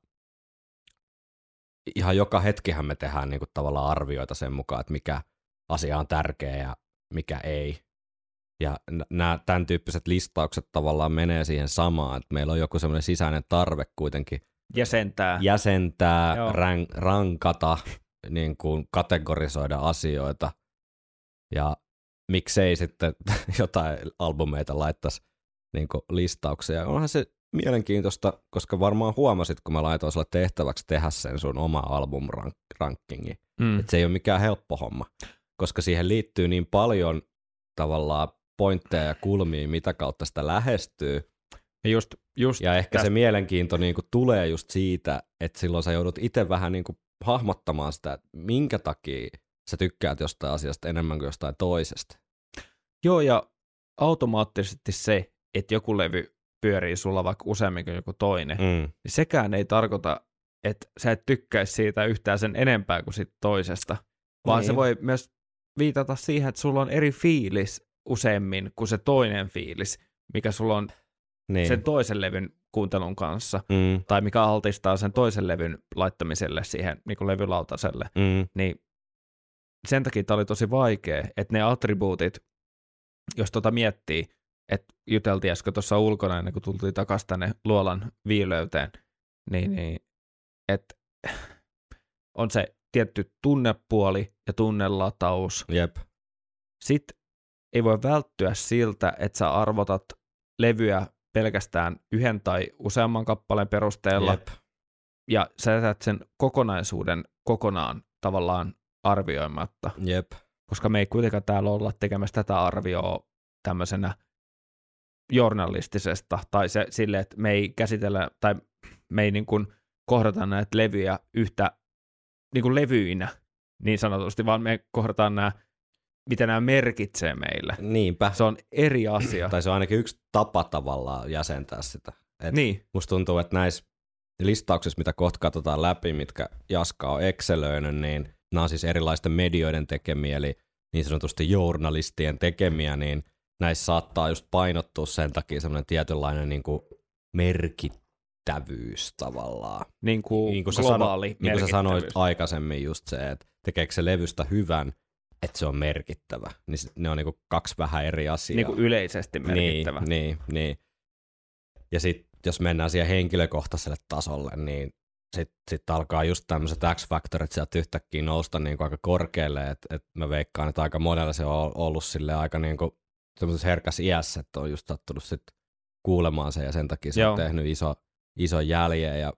ihan joka hetkihän me tehdään niin kuin tavallaan arvioita sen mukaan, että mikä asia on tärkeä ja mikä ei. Ja nämä tämän tyyppiset listaukset tavallaan menee siihen samaan, että meillä on joku semmoinen sisäinen tarve kuitenkin jäsentää rankata, niin kuin kategorisoida asioita, ja miksei sitten jotain albumeita laittaisi niin kuin listauksia. Onhan se mielenkiintoista, koska varmaan huomasit, kun mä laitoin sulle tehtäväksi tehdä sen sun oma album-rankingi, että se ei ole mikään helppo homma, koska siihen liittyy niin paljon tavallaan pointteja ja kulmia, mitä kautta sitä lähestyy. Ja ehkä se mielenkiinto niin kuin tulee just siitä, että silloin sä joudut itse vähän niin kuin hahmottamaan sitä, että minkä takia sä tykkäät jostain asiasta enemmän kuin jostain toisesta. Joo, ja automaattisesti se, että joku levy pyörii sulla vaikka useammin kuin joku toinen, niin sekään ei tarkoita, että sä et tykkäisi siitä yhtään sen enempää kuin siitä toisesta, vaan se voi myös viitata siihen, että sulla on eri fiilis useammin kuin se toinen fiilis, mikä sulla on sen toisen levyn kuuntelun kanssa, tai mikä altistaa sen toisen levyn laittamiselle siihen niin kuin levylautaselle, niin sen takia tämä oli tosi vaikea, että ne attribuutit, jos miettii, että juteltiin äsken tuossa ulkona ennen kuin tultiin takaisin tänne luolan viilöyteen, niin että on se tietty tunnepuoli ja tunnelataus. Jep. Sitten ei voi välttyä siltä, että sä arvotat levyä pelkästään yhden tai useamman kappaleen perusteella, Jep. ja sä jätät sen kokonaisuuden kokonaan tavallaan arvioimatta, Jep. koska me ei kuitenkaan täällä olla tekemässä tätä arvioa tämmöisenä journalistisesta, tai silleen, että me ei käsitellä, tai me ei niin kuin kohdata näitä levyjä yhtä niin kuin levyinä, niin sanotusti, vaan me kohdataan nämä, mitä nämä merkitsee meille. Niinpä. Se on eri asia. Tai se on ainakin yksi tapa tavallaan jäsentää sitä. Niin. Musta tuntuu, että näissä listauksissa, mitä kohta katsotaan läpi, mitkä Jaska on excelöinyt, niin nämä on siis erilaisten medioiden tekemiä, eli niin sanotusti journalistien tekemiä, niin näissä saattaa just painottua sen takia semmoinen tietynlainen niin kuin merkittävyys tavallaan. Niin kuin globaali niin kuin sä sanoit aikaisemmin just se, että tekeekö se levystä hyvän, että se on merkittävä. Niin ne on niin kuin kaksi vähän eri asiaa. Niin kuin yleisesti merkittävä. Niin. Ja sitten jos mennään siihen henkilökohtaiselle tasolle, niin sitten alkaa just tämmöiset X-faktorit sieltä yhtäkkiä nousta niin kuin aika korkealle, että mä veikkaan, että aika monella se on ollut sille aika niin kuin semmoisessa herkässä iässä, että on just sattunut sitten kuulemaan sen ja sen takia se on tehnyt iso jäljen ja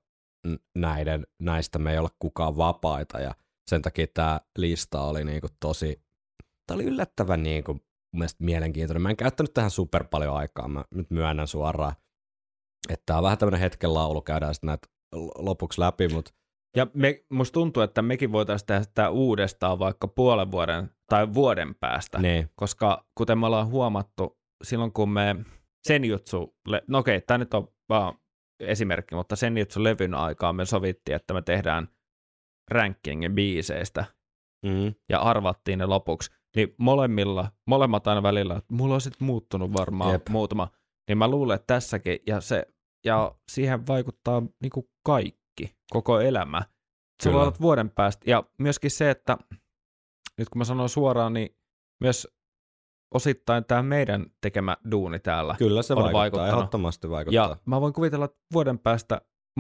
näistä me ei ole kukaan vapaita ja sen takia tämä lista oli niinku tämä oli yllättävän niinku mun mielestä mielenkiintoinen. Mä en käyttänyt tähän super paljon aikaa, mä nyt myönnän suoraan, että tää on vähän tämmöinen hetken laulu, käydään sitten näitä lopuksi läpi, mutta ja musta tuntuu, että mekin voitaisiin tehdä sitä uudestaan vaikka puolen vuoden tai vuoden päästä, koska kuten me ollaan huomattu, silloin kun me Senjutsu, no okei, tämä nyt on vaan esimerkki, mutta Senjutsu-levyn aikaa me sovittiin, että me tehdään rankingin biiseistä ja arvattiin ne lopuksi, niin molemmat aina välillä, että mulla on sitten muuttunut varmaan muutama, niin mä luulen, että tässäkin, ja siihen vaikuttaa niinku kaikki, koko elämä. Se voi olla vuoden päästä, ja myöskin se, että nyt kun mä sanon suoraan, niin myös osittain tämä meidän tekemä duuni täällä kyllä se on vaikuttanut. Ehdottomasti vaikuttaa. Ja mä voin kuvitella, että vuoden päästä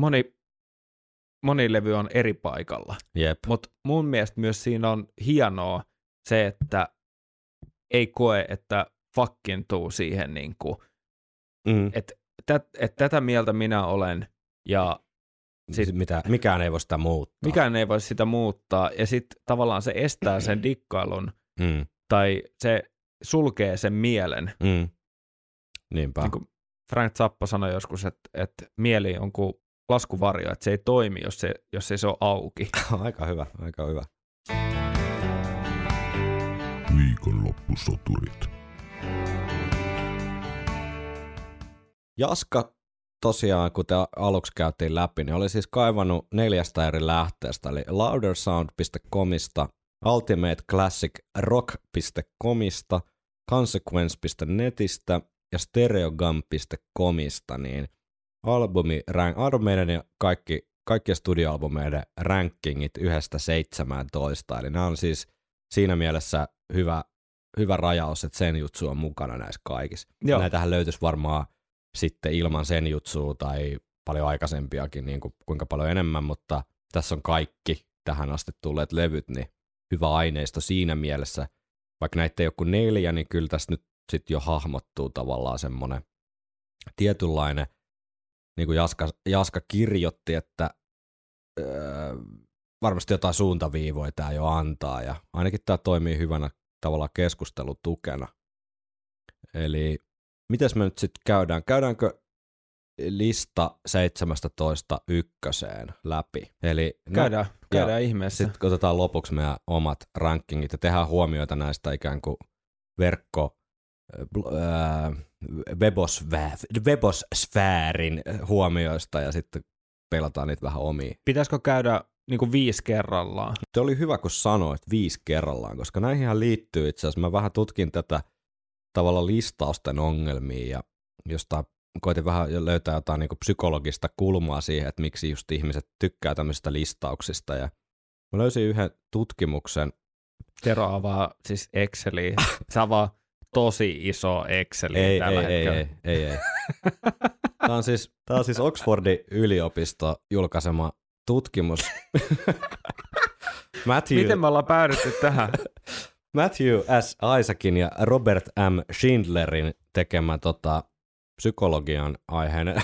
moni levy on eri paikalla. Mutta mun mielestä myös siinä on hienoa se, että ei koe, että fakkiintuu siihen, niin että tätä mieltä minä olen, ja mikään ei voi sitä muuttaa. Mikään ei voi sitä muuttaa, ja sitten tavallaan se estää sen dikkailun, tai se sulkee sen mielen. Niinpä. Niin kuin Frank Zappa sanoi joskus, että mieli on kuin laskuvarjo, että se ei toimi, jos ei se ole auki. Aika hyvä. Viikonloppusoturit. Jaska tosiaan, kuten aluksi käytiin läpi, niin oli siis kaivannut 4 eri lähteestä, eli loudersound.comista, ultimateclassicrock.comista, consequence.netistä ja stereogum.comista, niin armeiden ja kaikkien studioalbumeiden rankingit 1-17, eli nämä on siis siinä mielessä hyvä rajaus, että Senjutsu on mukana näissä kaikissa. Joo. Näitähän löytyisi varmaan sitten ilman Senjutsua tai paljon aikaisempiakin, niin kuin kuinka paljon enemmän, mutta tässä on kaikki tähän asti tulleet levyt, niin hyvä aineisto siinä mielessä. Vaikka näitä ei ole kuin 4, niin kyllä tässä nyt sitten jo hahmottuu tavallaan semmoinen tietynlainen, niin kuin Jaska kirjoitti, että varmasti jotain suuntaviivoja tämä jo antaa, ja ainakin tämä toimii hyvänä tavallaan keskustelutukena. Eli mitäs me nyt sitten käydään? Käydäänkö lista 17 ykköseen läpi? Eli käydään ihmeessä. Sitten otetaan lopuksi meidän omat rankingit ja tehdään huomioita näistä ikään kuin webosfäärin huomioista ja sitten pelataan niitä vähän omiin. Pitäisikö käydä niin kuin 5 kerrallaan? Se oli hyvä, kun sanoit 5 kerrallaan, koska näihinhän liittyy itse asiassa. Mä vähän tutkin tätä tavallaan listausten ongelmia ja jostain koitin vähän löytää jotain niin kuin psykologista kulmaa siihen, että miksi just ihmiset tykkää tämmöisistä listauksista. Ja mä löysin yhden tutkimuksen. Tero avaa siis Exceliä. Se avaa tosi iso Exceliä tällä hetkellä. Ei. Tämä on siis Oxfordin yliopisto julkaisema tutkimus. Miten me ollaan päädytty tähän? Matthew S. Isaacin ja Robert M. Schindlerin tekemä psykologian aiheinen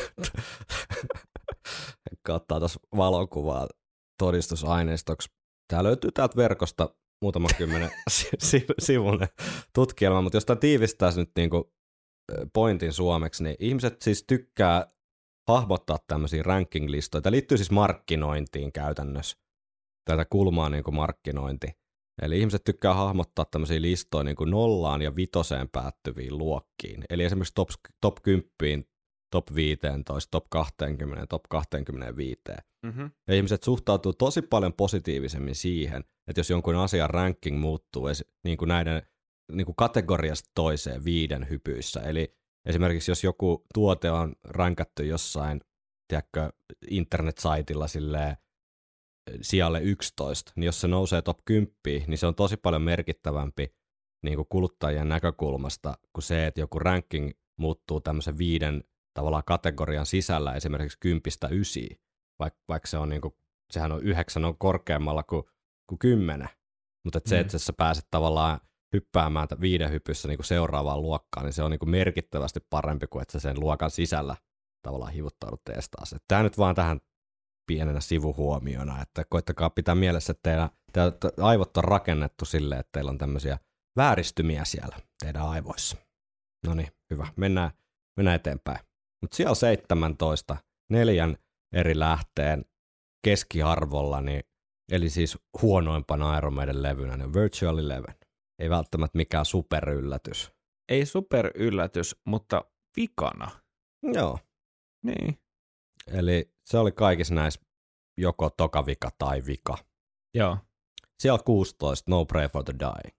kattaa tuossa valokuvaa todistusaineistoksi. Tää löytyy täältä verkosta muutama 10 sivun tutkielma, mutta jos tämä tiivistäisi nyt niinku pointin suomeksi, niin ihmiset siis tykkää hahmottaa tämmöisiä ranking-listoja. Tämä liittyy siis markkinointiin käytännössä. Tätä kulmaa niin kuin markkinointi. Eli ihmiset tykkää hahmottaa tämmöisiä listoja niin kuin 0 ja 5 päättyviin luokkiin. Eli esimerkiksi top 10, top 15, top 20, top 25. Mm-hmm. Ja ihmiset suhtautuu tosi paljon positiivisemmin siihen, että jos jonkun asian ranking muuttuu niin kuin näiden niin kuin kategoriasta toiseen 5 hypyissä. Eli esimerkiksi jos joku tuote on rankattu jossain, tiedätkö, internet-saitilla silleen sijalle 11, niin jos se nousee top 10, niin se on tosi paljon merkittävämpi niin kuin kuluttajien näkökulmasta kuin se, että joku ranking muuttuu tämmöisen 5 tavallaan kategorian sisällä esimerkiksi 10-9, vaikka se on niin kuin, sehän on 9 on korkeammalla kuin 10, mutta se, että sä pääset tavallaan hyppäämään 5 hypyssä niin kuin seuraavaan luokkaan, niin se on niin kuin merkittävästi parempi kuin että sä sen luokan sisällä tavallaan hivuttaudut testaamaan. Tämä nyt vaan tähän pienenä sivuhuomiona, että koittakaa pitää mielessä, että teidän aivot on rakennettu silleen, että teillä on tämmöisiä vääristymiä siellä teidän aivoissa. No niin, hyvä. Mennään eteenpäin. Mutta siellä 17 4 eri lähteen keskiarvolla, niin, eli siis huonoimpana Iron Maiden levynä, niin Virtual Eleven. Ei välttämättä mikään superyllätys. Ei superyllätys, mutta vikana. Joo. Niin. Eli se oli kaikissa näissä joko toka vika tai vika. Joo. Siellä 16, No Pray for the Dying.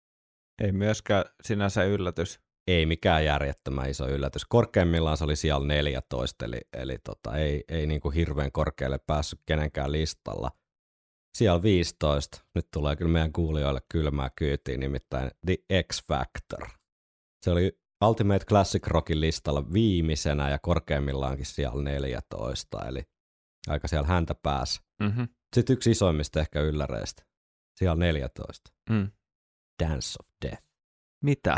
Ei myöskään sinänsä yllätys. Ei mikään järjettömän iso yllätys. Korkeimmillaan se oli siellä 14, eli ei niinku hirveän korkealle päässyt kenenkään listalla. Siellä 15, nyt tulee kyllä meidän kuulijoille kylmää kyytiin, nimittäin The X Factor. Se oli Ultimate Classic Rockin listalla viimeisenä ja korkeimmillaankin siellä 14, eli aika siellä häntä pääsi. Mm-hmm. Sitten yksi isoimmista ehkä ylläreistä, siellä 14. Dance of Death. Mitä?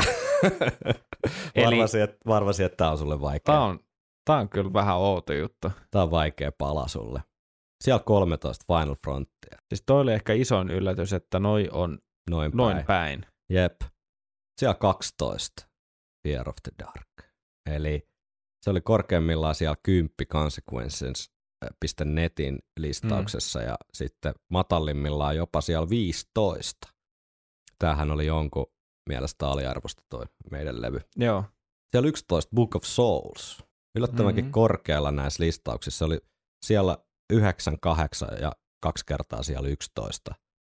Varmasin, että tämä on sulle vaikea. Tämä on kyllä vähän outo juttu. Tämä on vaikea pala sulle. Siellä 13 Final Frontier. Siis toi oli ehkä isoin yllätys, että noi on noin päin. Jep. Siellä 12 Fear of the Dark. Eli se oli korkeimmillaan siellä 10 Consequences.netin listauksessa ja sitten matalimmillaan jopa siellä 15. Tämähän oli jonkun mielestä aliarvosta toi meidän levy. Joo. Siellä 11 Book of Souls. Yllättävänkin korkealla näissä listauksissa. Se oli siellä 9, 8 ja 2 kertaa siellä 11.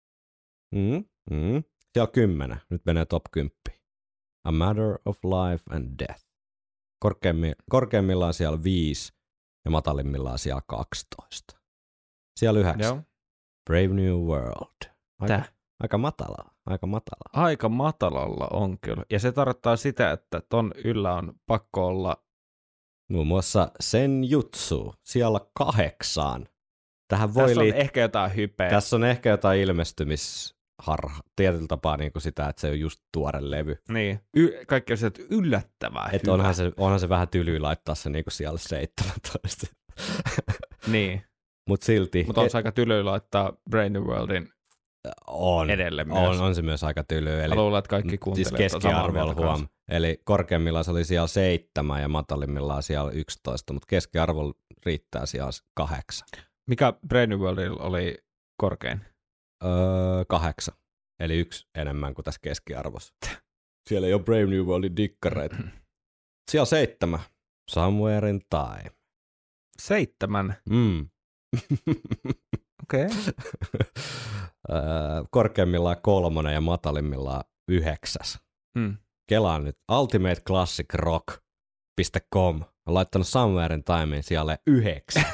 Siellä 10. Nyt menee top 10. A Matter of Life and Death. Korkeimmillaan siellä 5 ja matalimmillaan siellä 12. Siellä 9. Joo. Brave New World. Aika matalalla. Aika matalalla on kyllä. Ja se tarkoittaa sitä, että ton yllä on pakko olla muun muassa Senjutsu siellä 8. Tähän voi tässä on ehkä jotain hypeä. Tässä on ehkä jotain tietyllä tapaa niin kuin sitä, että se on just tuore levy. Niin, kaikki on sieltä yllättävää että onhan se vähän tylyä laittaa se niin kuin siellä 17. Niin. Mutta silti. Mutta on se aika tylyä laittaa Brave New Worldin edelle myös. On se myös aika tylyä. Mä luulen, että kaikki kuuntelijat siis keskiarvolla huom. Eli korkeimmillaan se oli siellä 7 ja matalimmillaan siellä 11, mutta keskiarvolla riittää siellä 8. Mikä Brave New Worldilla oli korkein? 8. Eli 1 enemmän kuin tässä keskiarvossa. Siellä ei ole Brave New Worldin dikkareita. Siellä 7. Somewhere in Time. 7? Okei. Korkeimmillaan 3 ja matalimmillaan 9. Kelaan nyt ultimateclassicrock.com on laittanut Somewhere in Timein siellä 9.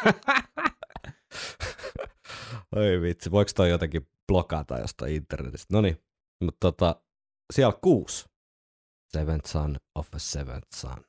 Oi vitsi, voiko toi jotenkin blokata jostain internetistä? Noniin, mutta siellä 6. Seventh Son of a Seventh Son.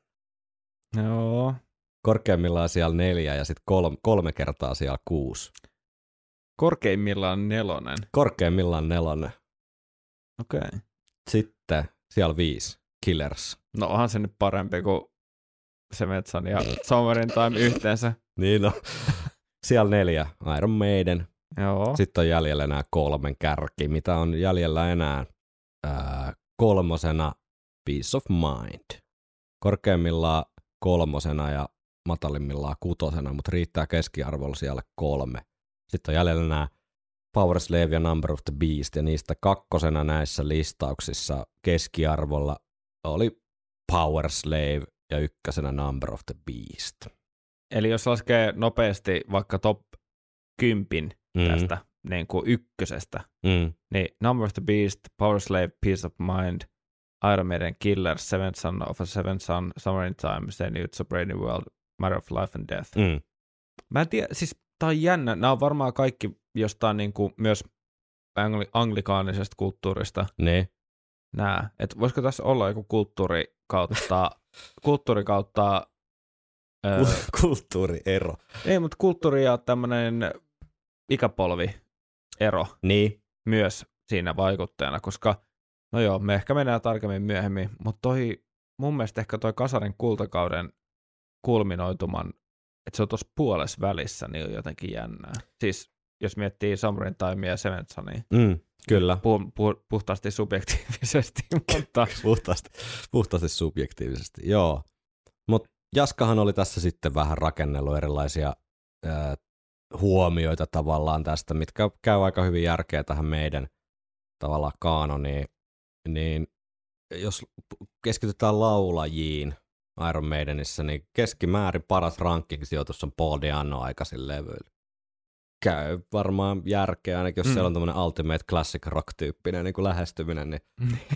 Joo. Korkeimmillaan siellä 4 ja sitten 3 kertaa siellä 6. Korkeimmillaan 4. Korkeimmillaan 4. Okei. Okay. Sitten siellä 5, Killers. No onhan se nyt parempi kuin se Metsan ja Summer in Time yhteensä. Niin siellä 4, Iron Maiden. Joo. Sitten on jäljellä enää 3 kärki. Mitä on jäljellä enää? 3. Peace of Mind. Korkeimmillaan 3. ja matalimmillaan 6, mutta riittää keskiarvolla siellä 3. Sitten on jäljellä nämä Powerslave ja Number of the Beast, ja niistä 2. näissä listauksissa keskiarvolla oli Powerslave ja 1. Number of the Beast. Eli jos laskee nopeasti vaikka top 10 tästä niin kuin 1, niin Number of the Beast, Powerslave, Peace of Mind, Iron Maiden, Killers, Seventh Son of a Seventh Son, Summer in Time, Zenith, A Brave New World, Matter of Life and Death. Mä en tiedä, siis tää on jännä, nämä on varmaan kaikki jostain niin kuin myös anglikaanisesta kulttuurista. Ne. Nää, että voisiko tässä olla joku kulttuuri kautta kulttuuriero. Ei, mutta kulttuuri ja tämmöinen ikäpolvi-ero myös siinä vaikuttajana, koska no joo, me ehkä mennään tarkemmin myöhemmin, mutta mun mielestä ehkä toi Kasarin kultakauden kulminoituman, että se on tuossa puolessa välissä, niin on jotenkin jännää. Siis jos miettii Summer in Timea ja Seventh Sonia. Kyllä. Puhtaasti subjektiivisesti. Mutta puhtaasti subjektiivisesti, joo. Mutta Jaskahan oli tässä sitten vähän rakennellut erilaisia huomioita tavallaan tästä, mitkä käy aika hyvin järkeä tähän meidän tavallaan kaanoniin. Niin jos keskitytään laulajiin Iron Maidenissä, niin keskimäärin paras ranking-sijoitus on Paul Di'Anno aikaisin levyillä. Käy varmaan järkeä, ainakin jos siellä on tämmöinen Ultimate Classic Rock-tyyppinen niin kuin lähestyminen, niin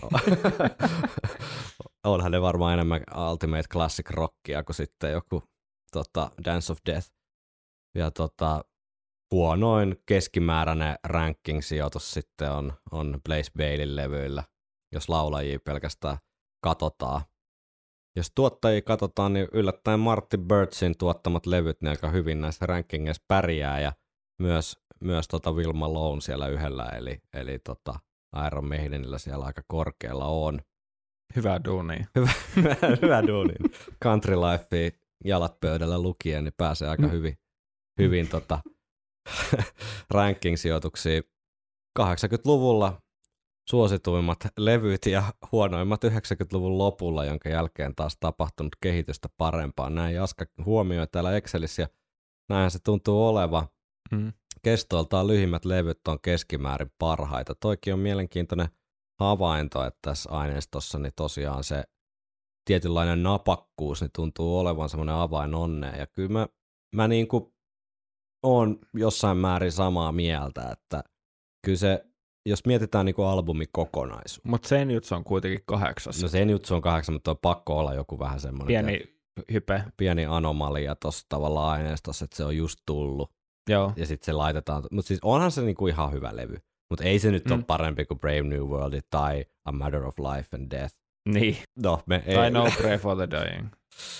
onhan ne varmaan enemmän Ultimate Classic Rockia kuin sitten joku Dance of Death. Ja huonoin keskimääräinen ranking-sijoitus sitten on Blaze Baileyn levyillä, jos laulajia pelkästään katsotaan. Jos tuottajia katsotaan, niin yllättäen Marty Birchin tuottamat levyt niin aika hyvin näissä rankingeissa pärjää, ja myös Will Malone siellä yhdellä, eli Iron Maidenillä siellä aika korkealla on. Hyvä duuni. Hyvä duuni. Country Lifea jalat pöydällä lukien, niin pääsee aika hyvin ranking-sijoituksia. 80-luvulla suosituimmat levyt ja huonoimmat 90-luvun lopulla, jonka jälkeen taas tapahtunut kehitystä parempaan. Näin Jaska huomioi täällä Excelissä, ja näinhän se tuntuu oleva. Kestoiltaan lyhimmät levyt on keskimäärin parhaita. Toikin on mielenkiintoinen havainto, että tässä aineistossa niin tosiaan se tietynlainen napakkuus niin tuntuu olevan semmoinen avain onneen. Ja kyllä mä niin kuin oon jossain määrin samaa mieltä, että kyllä se, jos mietitään niin kuin albumikokonaisuus. Mutta Zenith on kuitenkin 8. No Zenith on 8, mutta on pakko olla joku vähän semmoinen pieni hype. Pieni anomalia tuossa tavallaan aineistossa, että se on just tullut. Joo. Ja sitten se laitetaan, mutta siis onhan se niinku ihan hyvä levy, mutta ei se nyt ole parempi kuin Brave New World tai A Matter of Life and Death. Niin. No, tai No Pray for the Dying.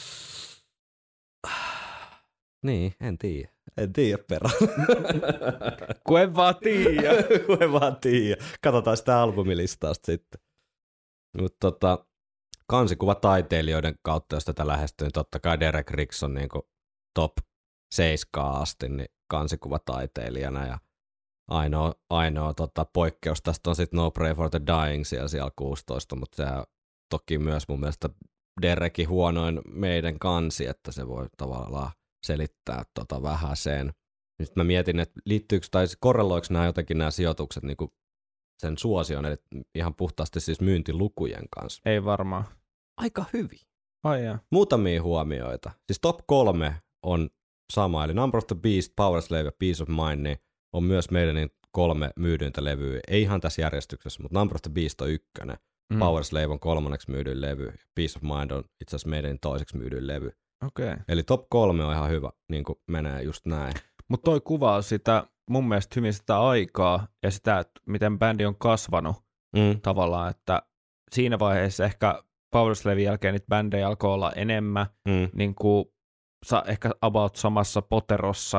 Niin, en tiedä perään. Kun en vaan tiedä. Katsotaan sitä albumilistausta sitten. Mutta kansikuvataiteilijoiden kautta, jos tätä lähestyy, niin totta kai Derek Riggs on niinku top 7 asti niin kansikuvataiteilijana, ja ainoa poikkeus tästä on sitten No Pray for the Dying siellä 16, mutta se toki myös mun mielestä Derekin huonoin meidän kansi, että se voi tavallaan selittää vähän sen. Nyt mä mietin, että liittyykö tai korreloiko nämä jotenkin nämä sijoitukset niin kuin sen suosion, eli ihan puhtaasti siis myyntilukujen kanssa. Ei varmaan. Aika hyvin. Ai jaa. Muutamia huomioita. Siis top 3 on sama, eli Number of the Beast, Powerslave ja Peace of Mind, niin on myös meidän 3 myydyntä levyä. Ei ihan tässä järjestyksessä, mutta Number of the Beast on 1. Powerslave on 3. myydyin levy. Peace of Mind on itse asiassa meidän 2. myydyin levy. Okay. Eli top 3 on ihan hyvä, niin kuin menee just näin. Mutta toi kuvaa sitä mun mielestä hyvin sitä aikaa ja sitä, että miten bändi on kasvanut tavallaan, että siinä vaiheessa ehkä Powerslavin jälkeen niitä bändejä alkoi olla enemmän, niin kuin ehkä about samassa poterossa,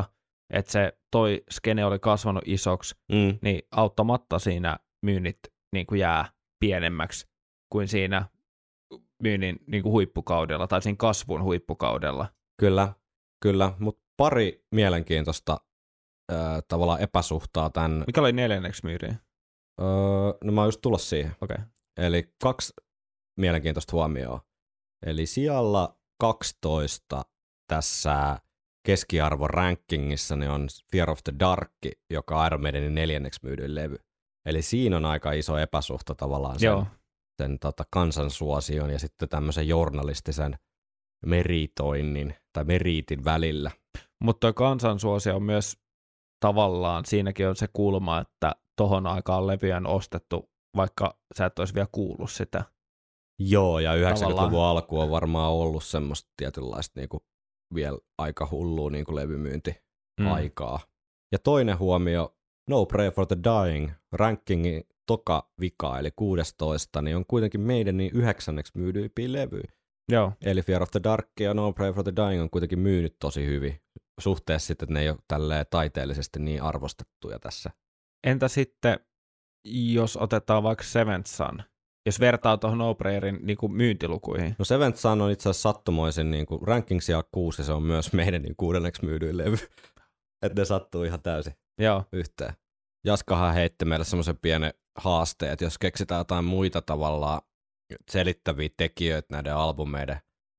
että se toi skene oli kasvanut isoksi, niin auttamatta siinä myynnit niin kuin jää pienemmäksi kuin siinä myynnin niin kuin huippukaudella tai siinä kasvun huippukaudella. Kyllä, mutta pari mielenkiintoista tavallaan epäsuhtaa tämän. Mikä oli 4. myyriä? No mä oon just tullut siihen. Okay. Eli 2 mielenkiintoista huomioon. Eli sijalla 12 tässä keskiarvon rankingissa niin on Fear of the Dark, joka on Iron Maidenin 4. myydyin levy. Eli siinä on aika iso epäsuhta tavallaan sen kansansuosion ja sitten tämmöisen journalistisen meritoinnin tai meriitin välillä. Mutta kansansuosio on myös tavallaan, siinäkin on se kulma, että tohon aikaan levyjä on ostettu, vaikka sä et olisi vielä kuullut sitä. Joo, ja 90-luvun alku on varmaan ollut semmoista tietynlaista niinku vielä aika hullua niinku levymyyntiaikaa. Ja toinen huomio, No Prayer for the Dying, rankingin toka vika, eli 16, niin on kuitenkin meidän niin 9. myydyimpiä levyjä. Joo. Eli Fear of the Dark ja No Prayer for the Dying on kuitenkin myynyt tosi hyvin. Suhteessa sitten, että ne ei ole tälleen taiteellisesti niin arvostettuja tässä. Entä sitten, jos otetaan vaikka Seventh Son, jos vertaa tuohon No Prayerin niin kuin myyntilukuihin? No Seventh Son on itse asiassa sattumoisin niin kuin ranking siellä 6 ja se on myös meidän niin 6. myydyin levy. Että ne sattuu ihan täysin yhteen. Jaskahan heitti meille semmoisen pienen haasteen, että jos keksitään jotain muita tavallaan selittäviä tekijöitä näiden albumeiden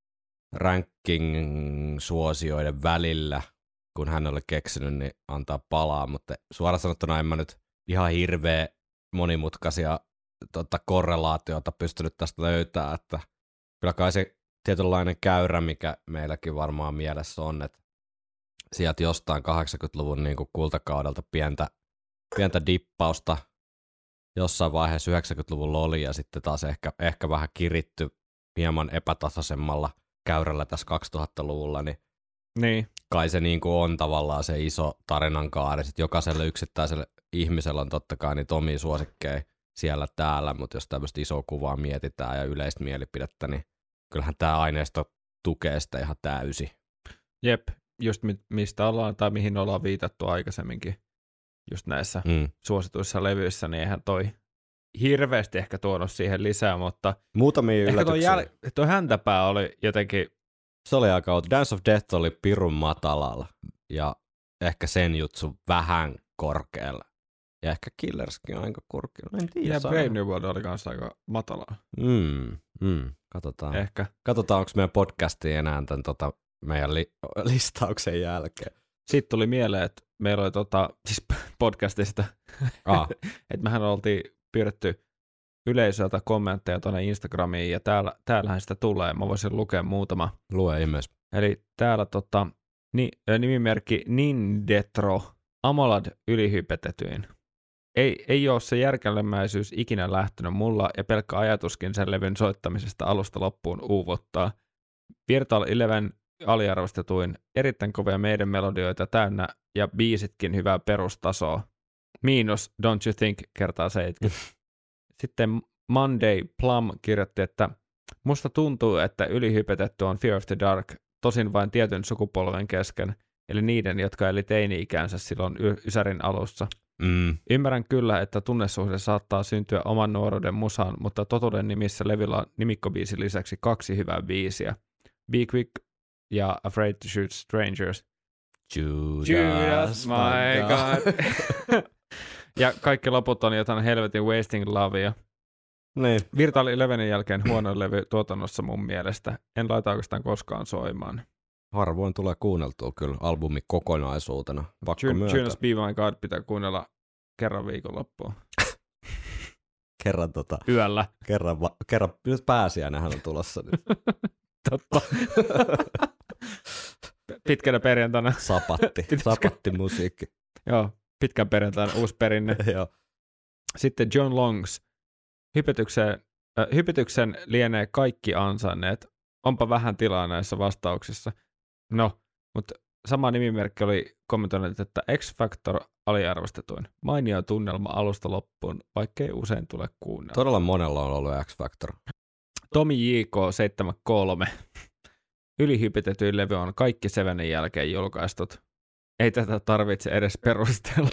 ranking-suosioiden välillä, kun hän oli keksinyt, niin antaa palaa, mutta suoraan sanottuna en mä nyt ihan hirveä monimutkaisia korrelaatioita pystynyt tästä löytämään, että kyllä kai se tietynlainen käyrä, mikä meilläkin varmaan mielessä on, että sieltä jostain 80-luvun niin kuin kultakaudelta pientä dippausta jossain vaiheessa 90-luvulla oli ja sitten taas ehkä vähän kiritty hieman epätasaisemmalla käyrällä tässä 2000-luvulla, niin kai se niin kuin on tavallaan se iso tarinankaari. Sitten jokaiselle yksittäiselle ihmisellä on totta kai niitä omia suosikkeja siellä täällä, mutta jos tämmöistä isoa kuvaa mietitään ja yleistä mielipidettä, niin kyllähän tämä aineisto tukee sitä ihan täysin. Jep, just mistä ollaan tai mihin ollaan viitattu aikaisemminkin just näissä suosituissa levyissä, niin eihän toi hirveästi ehkä tuonut siihen lisää, mutta muutamia yllätyksiä. Toi häntäpää oli jotenkin... Se oli aika outo. Dance of Death oli pirun matalalla ja ehkä sen jutsu vähän korkealla. Ja ehkä Killerskin on aika korkealla. En tiedä. Ja Brave New World oli kanssa aika matalalla. Katsotaan. Ehkä. Katsotaan, onko meidän podcasti enää tämän meidän listauksen jälkeen. Sitten tuli mieleen, että meillä oli siis podcastista, että mehän oltiin pyydetty yleisöltä kommentteja tuonne Instagramiin, ja täällähän sitä tulee. Mä voisin lukea muutama. Lue ihmeessä. Eli täällä nimimerkki Nindetro, Amolad ylihypetetyin. Ei ole se järkälemäisyys ikinä lähtenyt mulla, ja pelkkä ajatuskin sen levyn soittamisesta alusta loppuun uuvottaa. Virtual Eleven aliarvostetuin, erittäin kovia meidän melodioita täynnä, ja biisitkin hyvää perustasoa. Miinus Don't You Think kertaa 70. Sitten Monday Plum kirjoitti, että musta tuntuu, että ylihypetetty on Fear of the Dark, tosin vain tietyn sukupolven kesken, eli niiden, jotka eli teini-ikänsä silloin ysärin alussa. Ymmärrän kyllä, että tunnesuhde saattaa syntyä oman nuoruuden musaan, mutta totuuden nimissä levillä on nimikkobiisin lisäksi 2 hyvää biisiä. Be Quick ja Afraid to Shoot Strangers. Judas my God. Ja kaikki loput on jotain helvetin Wasting Lovea. Niin. Virtual Elevenin jälkeen huono levy tuotannossa mun mielestä. En laita oikeastaan koskaan soimaan. Harvoin tulee kuunneltua kyllä albumi kokonaisuutena. Pakko myöntää. Judas Be My God pitää kuunnella kerran viikonloppuun. Kerran yöllä. Kerran nyt pääsiäinähän on tulossa nyt. Totta. Pitkänä perjantaina. Sapatti musiikki. Joo, pitkän perjantaina uusi perinne. Joo. Sitten John Longs. Hypetyksen lienee kaikki ansainneet. Onpa vähän tilaa näissä vastauksissa. No, mutta sama nimimerkki oli kommentoinut, että X-Factor aliarvostetuin. Mainio tunnelma alusta loppuun, vaikkei usein tule kuunnella. Todella monella on ollut X-Factor. Tomi JK73. Ylihypetetyin levy on kaikki Sevenin jälkeen julkaistut. Ei tätä tarvitse edes perustella.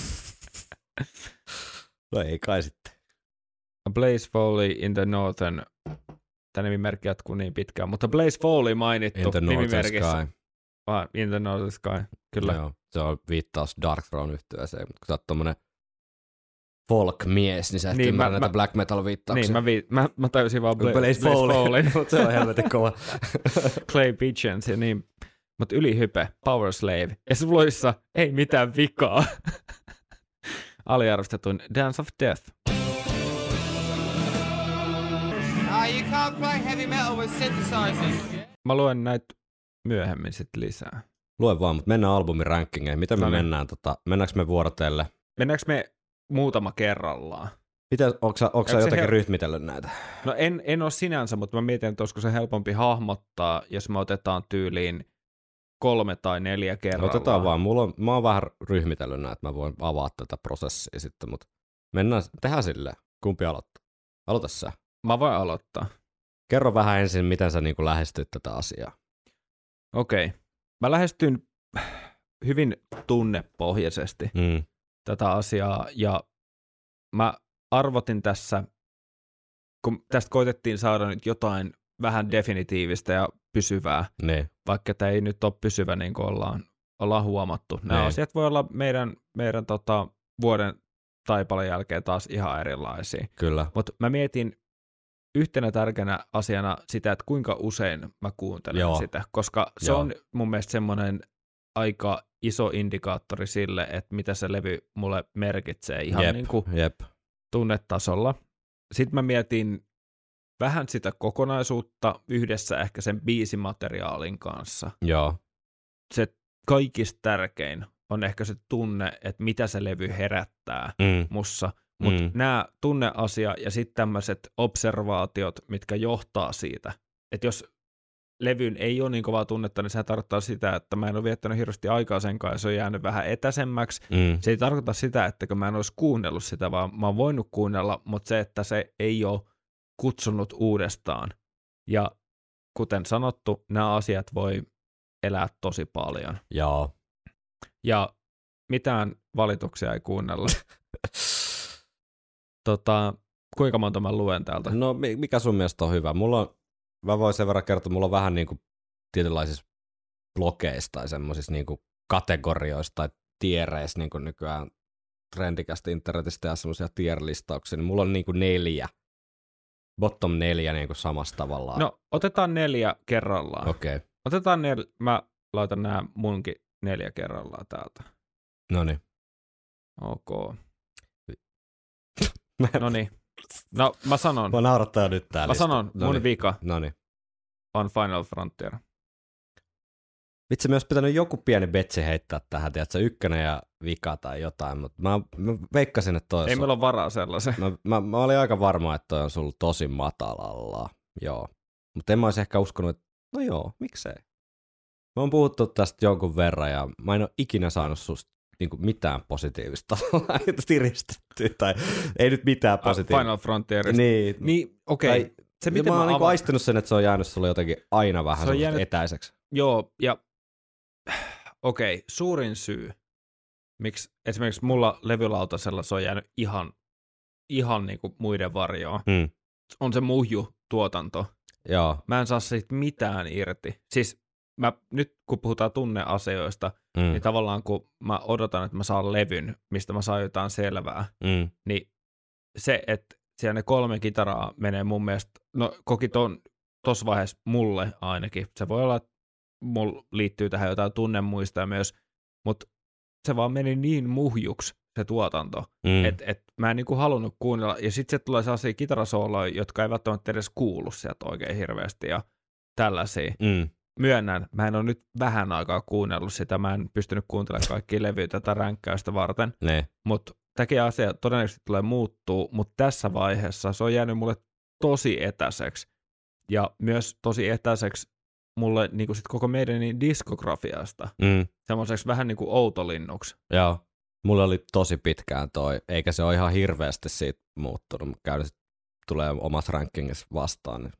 No ei kai sitten. Blaze Foley in the Northern. Tämä nimimerkki jatkuu niin pitkään, mutta Blaze Foley mainittu In the Northern nimimerkissä. Sky. In the Northern Sky, kyllä. Joo, se on viittaus Dark Throne -yhtyeeseen, mutta kun sä oot tommonen folk-mies, niin sä et ymmärrä näitä black metal-viittauksia. Niin, mä tajusin vaan Blaze Foley. Se on helvetin kova. Clay Pigeons ja niin. Mutta ylihype, Power Slave. Ja Sluissa ei mitään vikaa. Aliarvostetun Dance of Death. You can't play heavy metal with synthesizers. Mä luen näitä myöhemmin sitten lisää. Lue vaan, mutta mennään albumin rankingeihin. Miten me mennään? Mennäänkö me vuorotelle? Mennäänkö me muutama kerrallaan? Onko sä jotenkin rytmitellyt näitä? No en ole sinänsä, mutta mä mietin, että olisiko se helpompi hahmottaa, jos me otetaan tyyliin 3 tai 4 kerrallaan. Otetaan vaan. Mä oon vähän ryhmitellyt näitä, että mä voin avaa tätä prosessia sitten, mutta tehdään silleen. Kumpi aloittaa? Aloita sä. Mä voin aloittaa. Kerro vähän ensin, miten sä niin kuin lähestyt tätä asiaa. Okei. Mä lähestyn hyvin tunnepohjaisesti tätä asiaa, ja mä arvotin tässä, kun tästä koitettiin saada nyt jotain vähän definitiivistä ja pysyvää, vaikka tämä ei nyt ole pysyvä, niin kuin ollaan huomattu. Nämä asiat voi olla meidän vuoden taipaleen jälkeen taas ihan erilaisia. Kyllä. Mutta mä mietin yhtenä tärkeänä asiana sitä, että kuinka usein mä kuuntelen sitä, koska se on mun mielestä semmoinen aika iso indikaattori sille, että mitä se levy mulle merkitsee ihan niin kuin tunnetasolla. Sitten mä mietin vähän sitä kokonaisuutta yhdessä ehkä sen biisimateriaalin kanssa. Joo. Se kaikista tärkein on ehkä se tunne, että mitä se levy herättää mussa. Mutta nämä tunneasia ja sitten tämmöiset observaatiot, mitkä johtaa siitä, että jos levyn ei ole niin kovaa tunnetta, niin se tarkoittaa sitä, että mä en ole viettänyt hirveästi aikaa sen kanssa ja se on jäänyt vähän etäisemmäksi. Se ei tarkoita sitä, että mä en olisi kuunnellut sitä, vaan mä oon voinut kuunnella, mutta se, että se ei ole kutsunut uudestaan. Ja kuten sanottu, nämä asiat voi elää tosi paljon. Joo. Ja mitään valituksia ei kuunnella. Kuinka monta mä luen täältä? No mikä sun mielestä on hyvä? Mä voin sen verran kertoa, mulla on vähän niin kuin tietynlaisissa blokeissa tai semmoisissa niin kuin kategorioissa tai tiereissä, niin kuin nykyään trendikästä internetistä ja semmoisia tier-listauksia, niin mulla on niin kuin 4, bottom 4 niin kuin samassa tavallaan. No otetaan 4 kerrallaan. Okei. Otetaan 4, mä laitan nämä munkin 4 kerrallaan täältä. Noniin. Ok. Noniin. No mä sanon. Mä naurattaa nyt tää Mä sanon, mun vika on Final Frontier. Vitsi, me olisi pitänyt joku pieni betsi heittää tähän, tiedätkö, 1 ja vika tai jotain, mutta mä veikkasin, että toi ei meillä ole varaa sellaisen. Mä olin aika varma, että toi on sulla tosi matalalla, joo. Mutta en mä olisi ehkä uskonut, että no joo, miksei. Me on puhuttu tästä jonkun verran ja mä en ole ikinä saanut susta niinku mitään positiivista tiristettyä, tai ei nyt mitään positiivista. Final Frontier. Niin okei. Se, miten mä oon niinku aistinut sen, että se on jäänyt sulle jotenkin aina vähän jäänyt etäiseksi. Joo, ja okei, suurin syy, miksi esimerkiksi mulla levylautasella se on jäänyt ihan niinku muiden varjoon, on se muhju-tuotanto. Joo. Mä en saa siitä mitään irti. Siis nyt kun puhutaan tunneasioista, niin tavallaan kun mä odotan, että mä saan levyn, mistä mä saan jotain selvää, niin se, että siellä ne 3 kitaraa menee mun mielestä, no koki tossa vaiheessa mulle ainakin, se voi olla, että mulla liittyy tähän jotain tunnemuistoja myös, mutta se vaan meni niin muhjuksi se tuotanto, että mä en niinku halunnut kuunnella, ja sitten se tulee sellaisia kitarasooloja, jotka ei välttämättä edes kuulu sieltä oikein hirveästi, ja tällaisia. Myönnän, mä en ole nyt vähän aikaa kuunnellut sitä, mä en pystynyt kuuntelemaan kaikkia levyjä tätä ränkkäystä varten, mutta tämäkin asia todennäköisesti tulee muuttuu, mutta tässä vaiheessa se on jäänyt mulle tosi etäiseksi, ja myös tosi etäiseksi mulle niin kuin sit koko meidän diskografiasta, semmoiseksi vähän niin kuin outolinnuksi. Joo, mulla oli tosi pitkään toi, eikä se ole ihan hirveästi siitä muuttunut, käynyt tulee omassa rankingissa vastaan, niin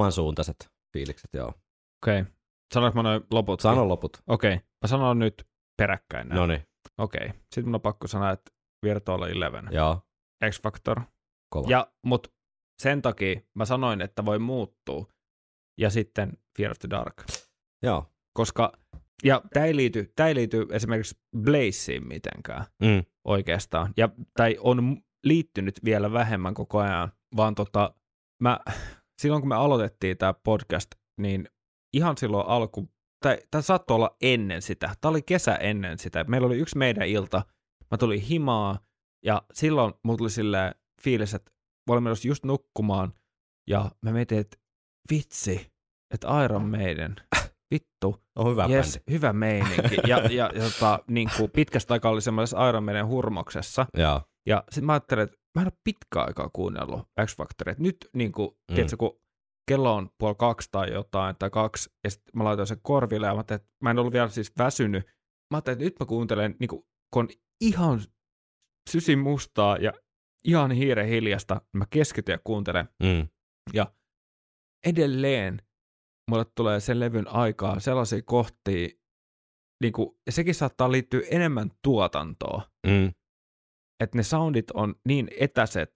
samansuuntaiset fiilikset, joo. Okei. Sanoinko mä noin loput? Sano loput. Okei. Mä sanon nyt peräkkäin nämä. Noniin, Okei. Sitten mun on pakko sanoa, että Virtual Eleven, joo, X-Factor. kova. Mut sen takia mä sanoin, että voi muuttua. Ja sitten Fear of the Dark. Joo. Koska, ja tää ei liity esimerkiksi Blazeen mitenkään oikeastaan. Tai on liittynyt vielä vähemmän koko ajan, vaan silloin kun me aloitettiin tää podcast, niin ihan silloin tämä saattoi olla ennen sitä. Tämä oli kesä ennen sitä. Meillä oli yksi meidän ilta. Mä tulin himaa ja silloin mulla tuli silleen fiilis, että mä olin menossa just nukkumaan ja mä mietin, että vitsi, että Iron Maiden, vittu. On hyvä bändi. Hyvä meininki. ja niin kuin pitkästä aikaa oli semmoisessa Iron Maiden hurmoksessa. Ja sitten mä ajattelin, että mä en ole pitkään aikaa kuunnellut X-Factoria. Nyt niin kuin, tiedätkö, kun kello on 1:30 tai jotain, tai 2, ja sitten mä laitoin sen korville, ja mä ajattelin, että mä en ollut vielä siis väsynyt. Mä ajattelin, että nyt mä kuuntelen, niin kun on ihan sysin mustaa ja ihan hiiren hiljasta, niin mä keskityn ja kuuntelen. Ja edelleen mulle tulee sen levyn aikaa sellaisia kohtia, niin kun, ja sekin saattaa liittyä enemmän tuotantoon, että ne soundit on niin etäiset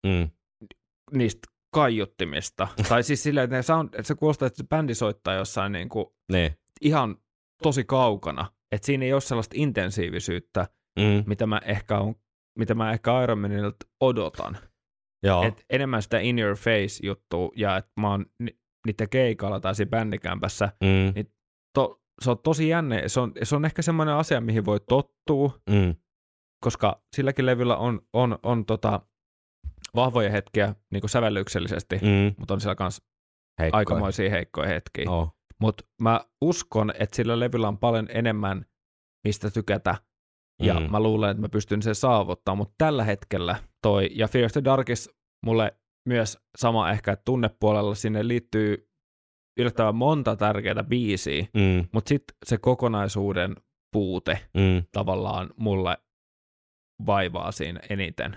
niistä kaiuttimista. Tai siis silleen, että se kuulostaa, että se bändi soittaa jossain niin kuin ihan tosi kaukana. Että siinä ei ole sellaista intensiivisyyttä, mitä mä ehkä Iron Manilta odotan. Et enemmän sitä in your face juttua, ja että mä oon niiden keikalla tai siinä bändikämpässä, niin se on tosi jänne. Se on ehkä semmoinen asia, mihin voi tottua, koska silläkin levyllä on vahvoja hetkiä niin kuin sävellyksellisesti, mutta on siellä kanssa aikamoisia heikkoja hetkiä. Mutta mä uskon, että sillä levyllä on paljon enemmän mistä tykätä, ja mä luulen, että mä pystyn sen saavuttamaan, mutta tällä hetkellä ja Fear of the Darkis mulle myös sama ehkä, että tunnepuolella sinne liittyy yllättävän monta tärkeää biisiä, mutta sitten se kokonaisuuden puute tavallaan mulle vaivaa siinä eniten.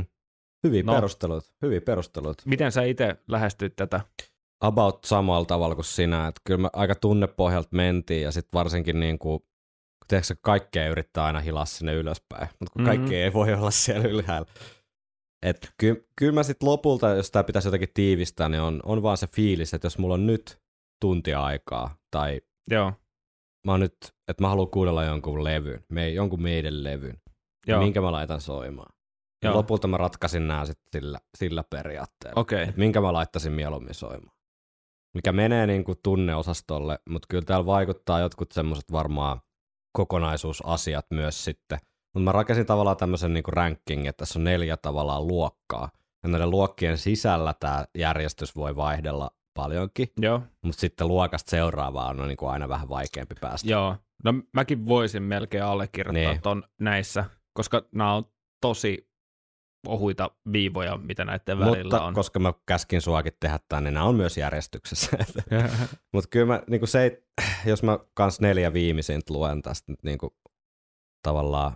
Hyviä perustelut. Miten sä itse lähestyit tätä? About samalla tavalla kuin sinä, että kyllä me aika tunnepohjalta mentiin, ja sitten varsinkin niin kuin, tiedätkö, kaikkea yrittää aina hilaa sinne ylöspäin, mutta kun kaikkea ei voi olla siellä ylhäällä. Että kyllä mä sitten lopulta, jos tämä pitäisi jotenkin tiivistää, niin on vaan se fiilis, että jos mulla on nyt tuntia aikaa, tai mä oon nyt, että mä haluan kuunnella jonkun levyn, jonkun meidän levyn, minkä mä laitan soimaan. Lopulta mä ratkaisin nää sitten sillä periaatteella, että minkä mä laittaisin mieluummin soimaan. Mikä menee niin kuin tunneosastolle, mutta kyllä täällä vaikuttaa jotkut semmoiset varmaan kokonaisuusasiat myös sitten. Mutta mä rakensin tavallaan tämmöisen niin kuin ranking, että tässä on 4 tavallaan luokkaa. Ja näiden luokkien sisällä tämä järjestys voi vaihdella paljonkin, mutta sitten luokasta seuraavaan on niin kuin aina vähän vaikeampi päästä. Joo, no mäkin voisin melkein allekirjoittaa ton näissä, koska nämä on tosi ohuita viivoja, mitä näiden välillä on. Mutta koska mä käskin suakin tehdä tämän, niin nämä on myös järjestyksessä. Mutta kyllä mä, niin jos mä kans 4 viimeisintä luen tästä niin kuin, tavallaan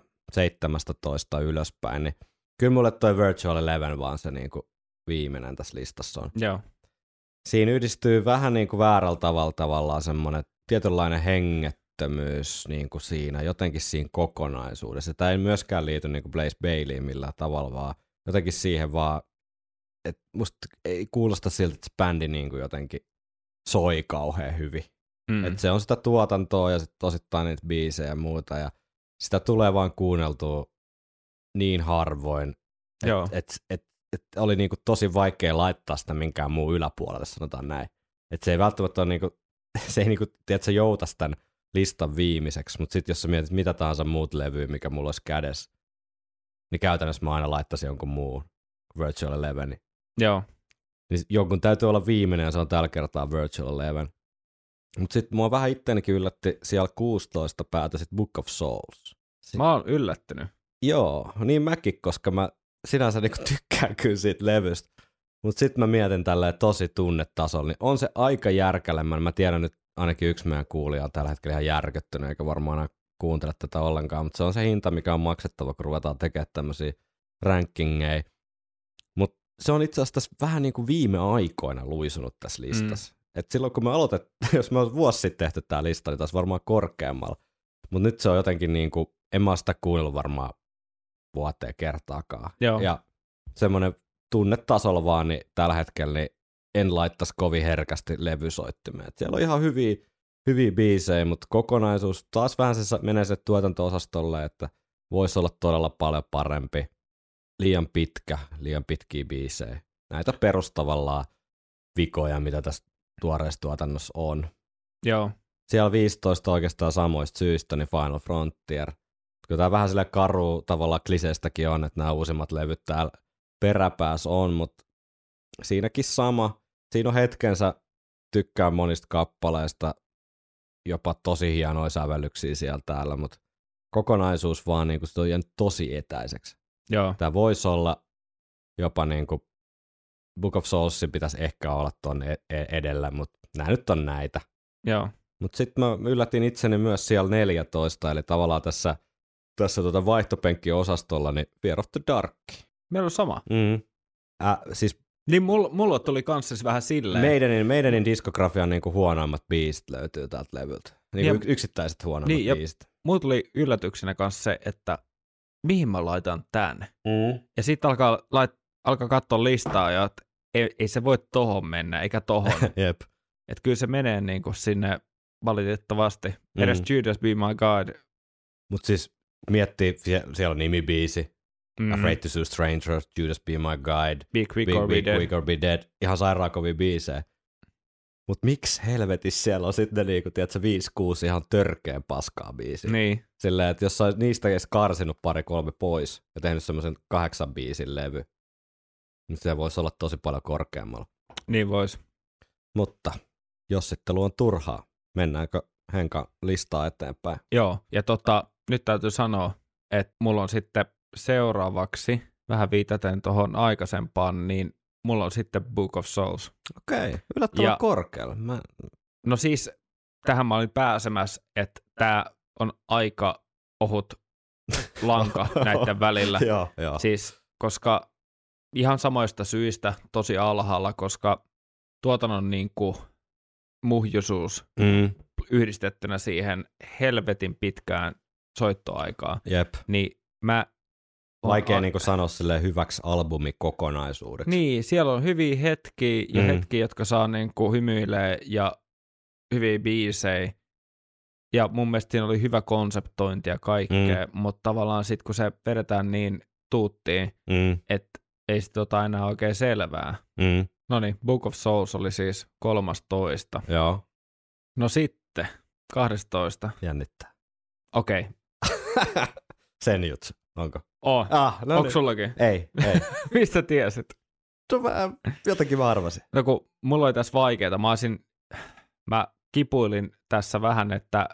17 ylöspäin, niin kyllä mulle toi Virtual Eleven vaan se niin kuin, viimeinen tässä listassa on. Joo. Siinä yhdistyy vähän niin kuin väärällä tavalla tavallaan semmoinen tietynlainen hengettömyys niin kuin siinä, jotenkin siinä kokonaisuudessa. Tämä ei myöskään liity niin kuin Blaze Baileyin millään tavalla, vaan jotenkin siihen vaan, että musta ei kuulosta siltä, että se bändi niin kuin jotenkin soi kauhean hyvin. Että se on sitä tuotantoa ja sitten osittain niitä biisejä ja muuta, ja sitä tulee vaan kuunneltua niin harvoin, että oli niinku tosi vaikea laittaa sitä minkään muun yläpuolelle, sanotaan näin. Että se ei välttämättä ole niinku, se ei niinku, tiedätkö, joutaisi tämän listan viimeiseksi, mutta sitten jos sä mietit mitä tahansa muut levyä, mikä mulla olisi kädessä, niin käytännössä mä aina laittaisin jonkun muun Virtual Eleven. Joo. Niin jonkun täytyy olla viimeinen, ja se on tällä kertaa Virtual Eleven. Mutta sitten mua vähän itteenikin yllätti, siellä 16 päätösit Book of Souls. Mä oon yllättynyt. Joo, niin mäkin, koska mä sinänsä niinku tykkään kyllä siitä levystä. Mutta sitten mä mietin tälleen tosi tunnetasolla, niin on se aika järkälemmän. Mä tiedän nyt ainakin yksi meidän kuulija on tällä hetkellä ihan järkyttynyt, eikä varmaan aina kuuntele tätä ollenkaan, mutta se on se hinta, mikä on maksettava, kun ruvetaan tekemään tämmöisiä rankingeja. Mutta se on itse asiassa vähän niin kuin viime aikoina luisunut tässä listassa. Et silloin kun me aloitettiin, jos me olisi vuosi sitten tehty tämä lista, niin taas varmaan korkeammalla. Mutta nyt se on jotenkin niinku, en mä sitä kuunnellut varmaan vuoteen kertaakaan. Joo. Ja semmoinen tunnetasolla vaan, niin tällä hetkellä niin en laittaisi kovin herkästi levysoittimeen. Siellä on ihan hyviä biisejä, mutta kokonaisuus taas vähän se menee se tuotanto-osastolle, että voisi olla todella paljon parempi. Liian pitkiä biisejä. Näitä perustavallaan vikoja, mitä tässä tuoreessa tuotannossa on. Joo. Siellä 15 oikeastaan samoista syistä, niin Final Frontier. Kyllä tämä vähän silleen karu tavallaan kliseistäkin on, että nämä uusimmat levyt täällä peräpäässä on, mutta siinäkin sama. Siinä on hetkensä, tykkään monista kappaleista, jopa tosi hienoja sävellyksiä siellä täällä, mutta kokonaisuus vaan niin kuin se on jäänyt tosi etäiseksi. Joo. Tämä voisi olla jopa niin kuin Book of Soulsin pitäisi ehkä olla ton edellä, mutta nämä nyt on näitä. Joo. Mutta sitten mä yllätin itseni myös siellä 14, eli tavallaan tässä vaihtopenkkiosastolla, niin Fear of the Dark. Meillä on sama. Siis Niin mulla tuli kans siis vähän silleen. Maidenin diskografian niinku huonoimmat biisit löytyy täältä levyltä. Niinku yksittäiset huonoimmat biisit. Mulla tuli yllätyksenä kanssa se, että mihin mä laitan tän. Ja sitten alkaa katsoa listaa, ja ei se voi tohon mennä, eikä tohon. Jep. Että kyllä se menee niinku sinne valitettavasti. Edes Judas Be My God. Mut siis miettii, siellä on nimibiisi. Afraid to Sue Strangers, Judas Be My Guide, Be Quick or Be Dead. Ihan sairaan kovia biisejä. Mut miksi helvetissä siellä on sitten niinku, tiedätkö, 5-6 ihan törkeän paskaa biisiä. Niin. Silleen, että jos sä niistä edes karsinut 2-3 pois ja tehnyt semmoisen 8 biisin levy, niin se voisi olla tosi paljon korkeammalla. Niin vois. Mutta jossittelu on turhaa. Mennäänkö Henkan listaa eteenpäin? Joo, ja nyt täytyy sanoa, että mulla on sitten seuraavaksi, vähän viitaten tuohon aikaisempaan, niin mulla on sitten Book of Souls. Okei, yllättävän korkealla. No siis, tähän mä olin pääsemässä, että tää on aika ohut lanka näiden välillä. Joo. Siis, koska ihan samoista syistä tosi alhaalla, koska tuotannon niinku muhjuisuus yhdistettynä siihen helvetin pitkään soittoaikaan. Jep. Niin vaikea niinku sanoa silleen hyväksi albumikokonaisuudeksi. Niin, siellä on hyviä hetkiä ja hetkiä, jotka saa niinku hymyilee ja hyviä biisejä. Ja mun mielestä siinä oli hyvä konseptointi ja kaikkea, mutta tavallaan sitten kun se vedetään niin tuuttiin, että ei sit ota enää oikein selvää. No niin, Book of Souls oli siis 13. Joo. No sitten, 12. Jännittää. Okei. Sen juttu, onko? No onko sullakin? Ei. Mistä tiesit? No jotakin mä arvasin. No kun mulla oli tässä vaikeeta, mä kipuilin tässä vähän, että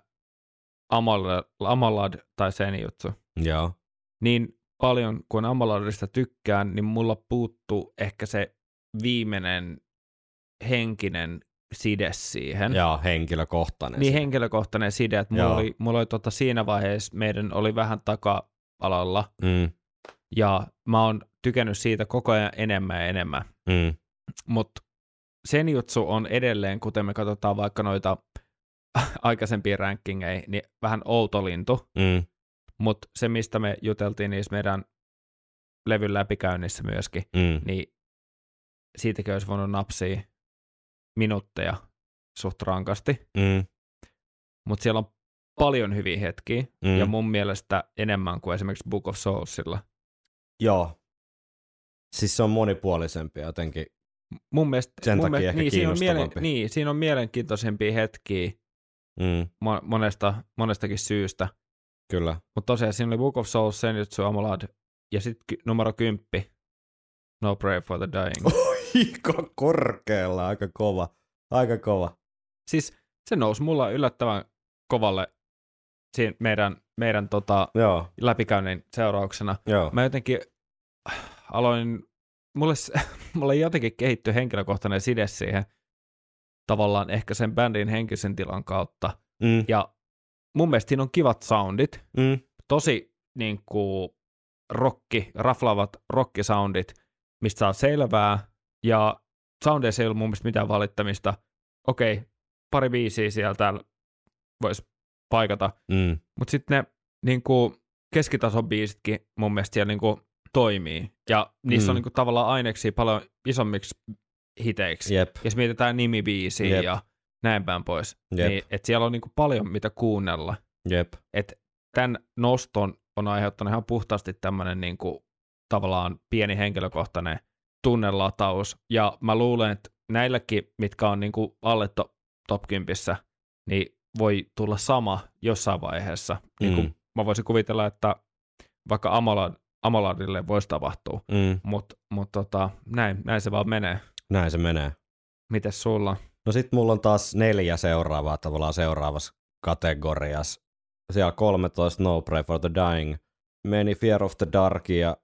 Amalad tai Senjutsu. Joo. Niin paljon kuin Amaladista tykkään, niin mulla puuttuu ehkä se viimeinen henkinen side siihen. Joo, henkilökohtainen. Niin, henkilökohtainen side, että mulla oli siinä vaiheessa, meidän oli vähän taka-alalla, ja mä oon tykännyt siitä koko ajan enemmän ja enemmän. Mutta Senjutsu on edelleen, kuten me katsotaan vaikka noita aikaisempia rankingeja, niin vähän outo lintu. Mutta se, mistä me juteltiin niissä meidän levyn läpikäynnissä myöskin, niin siitäkin olisi voinut napsia minuutteja suht rankasti. Mutta siellä on paljon hyviä hetkiä, ja mun mielestä enemmän kuin esimerkiksi Book of Soulsilla. Joo. Siis se on monipuolisempi jotenkin. Mun mielestä, sen takia ehkä kiinnostavampi. Siinä on mielenkiintoisempia hetkiä monestakin syystä. Kyllä. Mutta tosiaan siinä oli Book of Souls, Senjutsu, Amalad, ja sitten numero 10, No Prayer for the Dying. Aika korkealla, aika kova. Siis se nousi mulla yllättävän kovalle siinä meidän läpikäynnin seurauksena. Joo. Mä jotenkin aloin, mulle jotenkin kehittyi henkilökohtainen side siihen tavallaan ehkä sen bändin henkisen tilan kautta. Ja mun mielestä siinä on kivat soundit, tosi niinku raflaavat rockisoundit, mistä saa selvää, ja soundeissa ei ollut mun mielestä mitään valittamista. Okei, pari biisiä siellä täällä voisi paikata, Mutta sitten ne niinku, keskitason biisitkin mun mielestä siellä niinku, toimii. Ja niissä on niinku, tavallaan aineksia paljon isommiksi hiteiksi. Jep. Jos mietitään nimibiisiä Jep. ja näin päin pois, Jep. niin et siellä on niinku, paljon mitä kuunnella. Jep. Et tämän noston on aiheuttanut ihan puhtaasti tämmöinen niinku, tavallaan pieni henkilökohtainen tunnelataus. Ja mä luulen, että näilläkin, mitkä on niinku, alle top 10, niin voi tulla sama jossain vaiheessa. Niin kuin mä voisin kuvitella, että vaikka Amoladille voisi tapahtua, mutta näin se vaan menee. Näin se menee. Mites sulla? No sit mulla on taas 4 seuraavaa tavallaan seuraavassa kategoriassa. Siellä 13 No Pray for the Dying, Many Fear of the Dark ja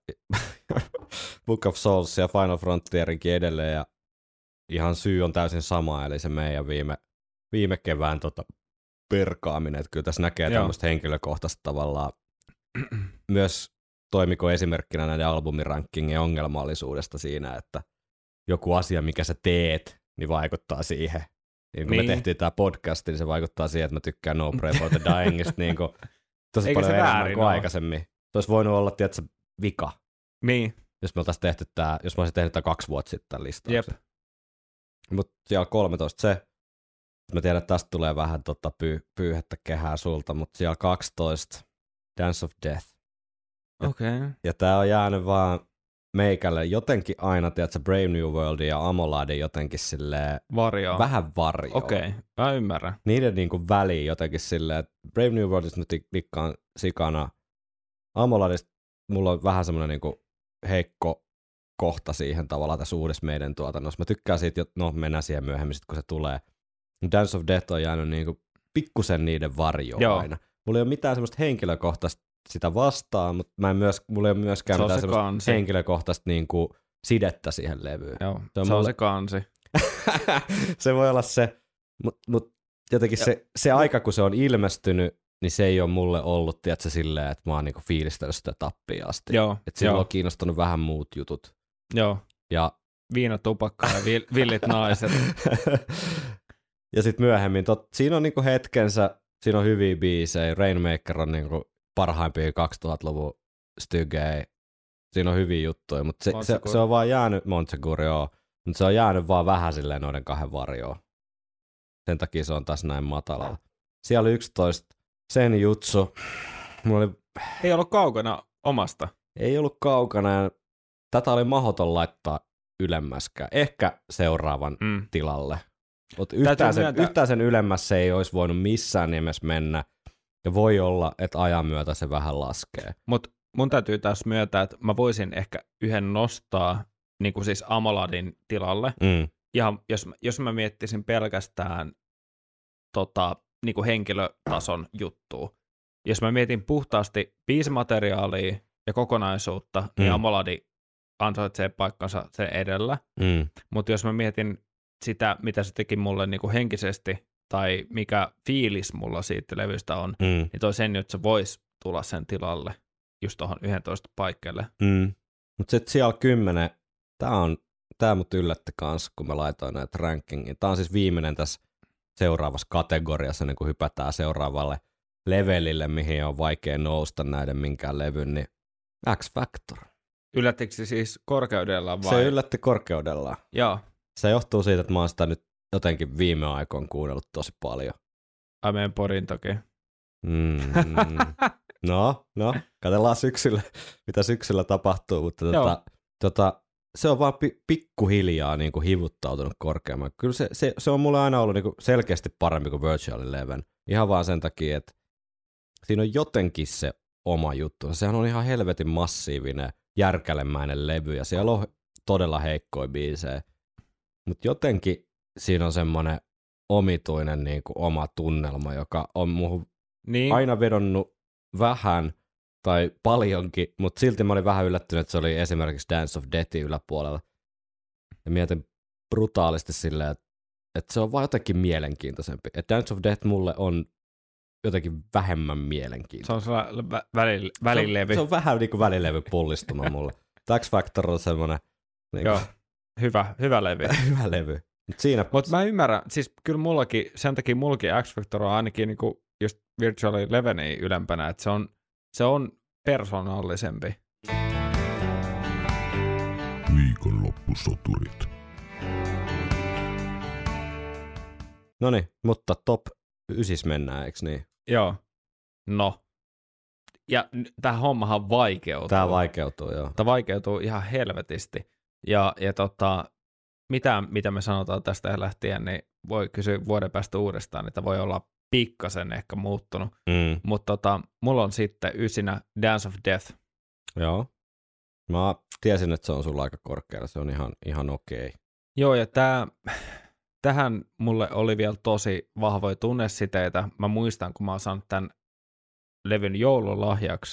Book of Souls ja Final Frontierinkin edelleen. Ja ihan syy on täysin sama, eli se meidän viime kevään perkaaminen. Että kyllä tässä näkee tämmöistä henkilökohtaista tavallaan myös toimiko esimerkkinä näiden albumirankingien ongelmallisuudesta siinä, että joku asia, mikä sä teet, niin vaikuttaa siihen. Niin kun me tehtiin tää podcast, niin se vaikuttaa siihen, että mä tykkään No Pray for the Dyingista niin tosi eikä paljon enemmän kuin ole aikaisemmin. Se olisi voinut olla, tiedätkö, vika. Niin. Jos me oltaisiin tehty jos mä olisin tehnyt tää 2 vuotta sitten tämän listauksen. Jep. Mutta siellä 13 se. Mä tiedän, että tästä tulee vähän pyyhettä kehää sulta, mutta siellä 12 Dance of Death. Okei. Okay. Ja tää on jäänyt vaan meikälle jotenkin aina, tiedätkö, Brave New World ja Amolade jotenkin silleen vähän varjoa. Okei, mä ymmärrän. Niiden niinku väliin jotenkin silleen, että Brave New Worldista nyt dikkaan sikana. Amoladista mulla on vähän semmoinen niinku heikko kohta siihen tavallaan tässä uudessa meidän tuotannossa. Mä tykkään siitä, no mennään siihen myöhemmin sit, kun se tulee. Dance of Death on jäänyt niinku pikkusen niiden varjoon aina. Mulla ei ole mitään semmoista henkilökohtaista sitä vastaan, mutta mulla ei ole myöskään mitään semmoista henkilökohtaista niinku sidettä siihen levyyn. Joo, se on se kansi. Se voi olla se, mutta jotenkin se aika, kun se on ilmestynyt, niin se ei ole mulle ollut, tiedätkö, silleen, että mä oon niinku fiilistellyt sitä tappiin asti. Että silloin on kiinnostanut vähän muut jutut. Joo. Ja viina, tupakka ja villit naiset. Ja sitten myöhemmin, siinä on niinku hetkensä, siinä on hyviä biisejä, Rainmaker on niinku parhaimpia 2000-luvun stygejä, siinä on hyviä juttuja, mutta se on vaan jäänyt, Montsegur, joo, mutta se on jäänyt vaan vähän silleen noiden 2 varjoon. Sen takia se on taas näin matalalla. Siellä oli 11, Senjutsu. Ei ollut kaukana omasta. Ei ollut kaukana, ja tätä oli mahdoton laittaa ylemmäskään. Ehkä seuraavan tilalle. Mutta yhtään sen ylemmässä se ei olisi voinut missään nimessä mennä. Ja voi olla, että ajan myötä se vähän laskee. Mutta mun täytyy taas myöntää, että mä voisin ehkä yhden nostaa niin kuin siis Amoladin tilalle. Ja jos mä miettisin pelkästään niin kuin henkilötason juttua. Jos mä mietin puhtaasti biisimateriaalia ja kokonaisuutta, niin Amoladi ansaitsee paikkansa sen edellä. Mutta jos mä mietin sitä, mitä se teki mulle niin kuin henkisesti, tai mikä fiilis mulla siitä levystä on, niin toi sen, että se voisi tulla sen tilalle just tuohon 11 paikkeelle. Mutta sitten siellä 10, tää mut yllätti kans, kun mä laitoin näitä rankingiin. Tää on siis viimeinen tässä seuraavassa kategoriassa, niin kun hypätään seuraavalle levelille, mihin on vaikea nousta näiden minkään levyn, niin X-Factor. Yllättikö se siis korkeudellaan vai? Se yllätti korkeudellaan. Joo. Se johtuu siitä, että mä oon sitä nyt jotenkin viime aikoina kuunnellut tosi paljon. Ai meidän porin toki. No, katsellaan syksyllä, mitä syksyllä tapahtuu, mutta se on vaan pikkuhiljaa niin kuin hivuttautunut korkeamman. Kyllä se on mulle aina ollut niin kuin selkeästi parempi kuin Virtual Eleven. Ihan vaan sen takia, että siinä on jotenkin se oma juttu. Sehän on ihan helvetin massiivinen, järkälemäinen levy ja siellä on todella heikkoja biisejä. Mutta jotenkin siinä on semmoinen omituinen niin kuin oma tunnelma, joka on muuhun aina vedonnut vähän tai paljonkin, mutta silti mä olin vähän yllättynyt, että se oli esimerkiksi Dance of Deathin yläpuolella. Ja mietin brutaalisti silleen, että se on vaan jotenkin mielenkiintoisempi. Että Dance of Death mulle on jotenkin vähemmän mielenkiintoinen. Se on sellainen välilevy. Se on vähän niin kuin välilevy pullistuma mulle. X-Factor on semmoinen. Niin joo, hyvä levy. Hyvä levy. Mutta mä ymmärrän, siis kyllä mullakin, sen takia mullakin X-Factor on ainakin niinku just Virtual Elevenia ylempänä, että se on persoonallisempi. Viikonloppusoturit. Noniin, mutta top 9 mennään, eikö niin? Joo. No. Ja tämä hommahan vaikeutuu. Tämä vaikeutuu, joo. Tämä vaikeutuu ihan helvetisti. Ja mitä me sanotaan tästä lähtien, niin voi kysyä vuoden päästä uudestaan, että voi olla pikkasen ehkä muuttunut. Mutta mulla on sitten 9 Dance of Death. Joo. Mä tiesin, että se on sulla aika korkealla. Se on ihan okei. Joo, ja tähän mulle oli vielä tosi vahvoja tunnesiteitä. Mä muistan, kun mä oon saanut tämän levyn joululahjaksi.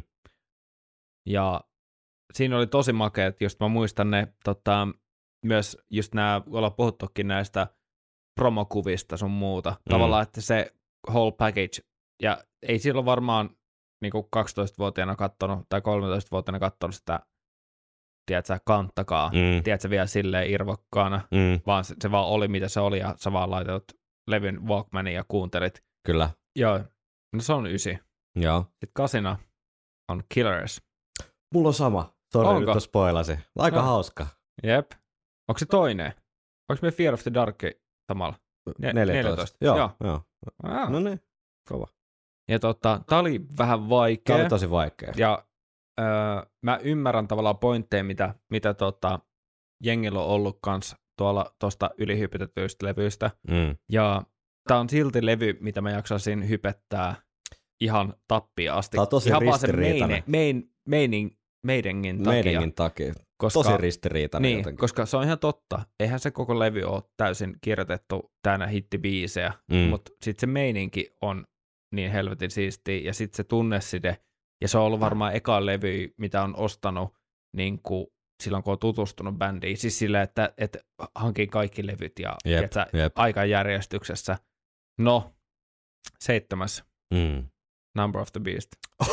Ja siinä oli tosi makeat, just mä muistan ne, myös just nämä, ollaan puhuttukin näistä promokuvista sun muuta. Tavallaan, että se whole package, ja ei silloin varmaan niin 12-vuotiaana kattonut, tai 13-vuotiaana kattonut sitä, tiedätkö, kanttakaa, tiedätkö, vielä silleen irvokkaana, vaan se vaan oli, mitä se oli, ja sä vaan laitat levyn Walkmanin ja kuuntelit. Kyllä. Joo, no se on 9. Joo. Sitten 8 on Killers. Mulla on sama. Sori, nyt spoilasin. Aika hauska. Jep. Onko se toinen? Onko me Fear of the Dark samalla? 14. Joo. No niin, kova. Ja tää oli vähän vaikea. Tää oli tosi vaikea. Ja mä ymmärrän tavallaan pointteja, mitä jengillä on ollut kans tuosta ylihypetetyistä levyistä. Ja tää on silti levy, mitä mä jaksaisin hypettää ihan tappia asti. Tää on tosi ihan ristiriitainen. Meidengin takia. Koska, tosi ristiriitainen niin, jotenkin. koska se on ihan totta. Eihän se koko levy ole täysin kirjoitettu täynnä hittibiisejä, mutta sitten se meininki on niin helvetin siistiä, ja sitten se tunneside, ja se on ollut varmaan eka levy, mitä on ostanut niin kuin silloin, kun on tutustunut bändiin. Siis sillä, että hankin kaikki levyt ja aikajärjestyksessä. No, 7. Number of the Beast.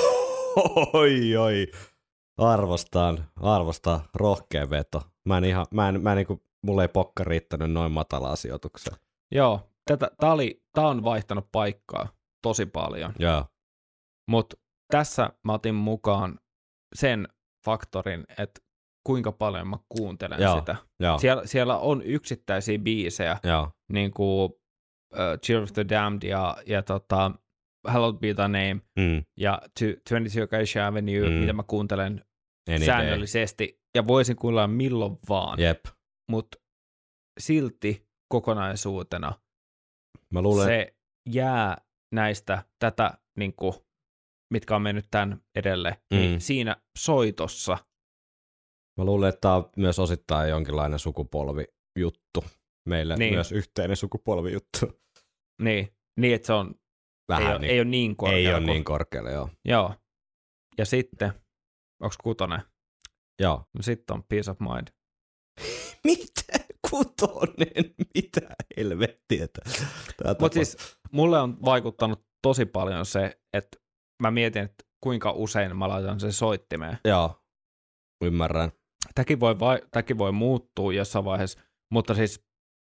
Oi. Arvostan rohkea veto. Mulla ei pokka riittänyt noin matalaa sijoitukseen. Joo, tää on vaihtanut paikkaa tosi paljon. Joo. Mutta tässä mä otin mukaan sen faktorin, että kuinka paljon mä kuuntelen sitä. Joo. Siellä on yksittäisiä biisejä, niin kuin Cheer of the Damned ja Hallowed Be Thy Name ja 22 Acacia Avenue, mitä mä kuuntelen säännöllisesti ja voisin kuunnella milloin vaan. Mutta silti kokonaisuutena mä luulen, se jää näistä niinku, mitkä on mennyt tämän edelle, niin siinä soitossa. Mä luulen, että tämä on myös osittain jonkinlainen sukupolvijuttu. Meille myös yhteinen sukupolvijuttu. Niin että se on vähän ei ole niin korkealla. Ei ole niin korkealla, joo. Joo. Ja sitten, onko 6? Joo. No sitten on Peace of Mind. Mitä? 6? Mitä helvettiä? Mutta siis mulle on vaikuttanut tosi paljon se, että mä mietin, että kuinka usein mä laitan sen soittimeen. Joo, ymmärrän. Tämäkin voi muuttua jossain vaiheessa, mutta siis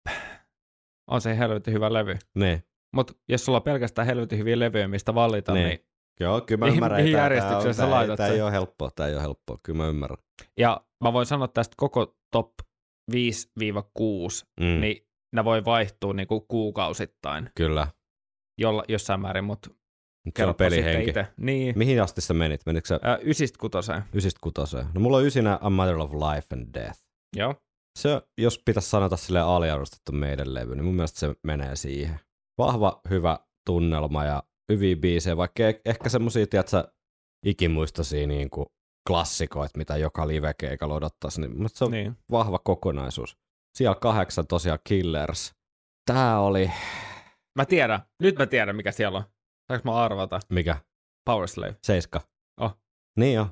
on se helvetin hyvä levy. Niin. Mutta jos sulla on pelkästään helvetin hyviä levyjä, mistä valita, niin joo, kyllä mä ymmärrän. Mihin järjestyksessä sä laitat sen? Tämä ei ole helppoa, kyllä mä ymmärrän. Ja mä voin sanoa tästä koko top 5-6, niin ne voi vaihtua niinku kuukausittain. Kyllä. Jossain määrin, mutta se on pelihenki. Niin. Mihin asti sä menit? Menitkö sä? 9-6. No mulla on 9 A Matter of Life and Death. Joo. Se, jos pitäisi sanota silleen aliarvostettu meidän levy, niin mun mielestä se menee siihen. Vahva, hyvä tunnelma ja hyviä biisejä, vaikka ehkä semmosia, tiedätkö, ikimuistoisia niin kuin klassikoita, mitä joka live-keikalla odottaisi, niin se on vahva kokonaisuus. Siellä 8 tosiaan Killers. Tää oli... Nyt mä tiedän, mikä siellä on. Saanko mä arvata? Mikä? Powerslave. 7. Oh. Niin jo.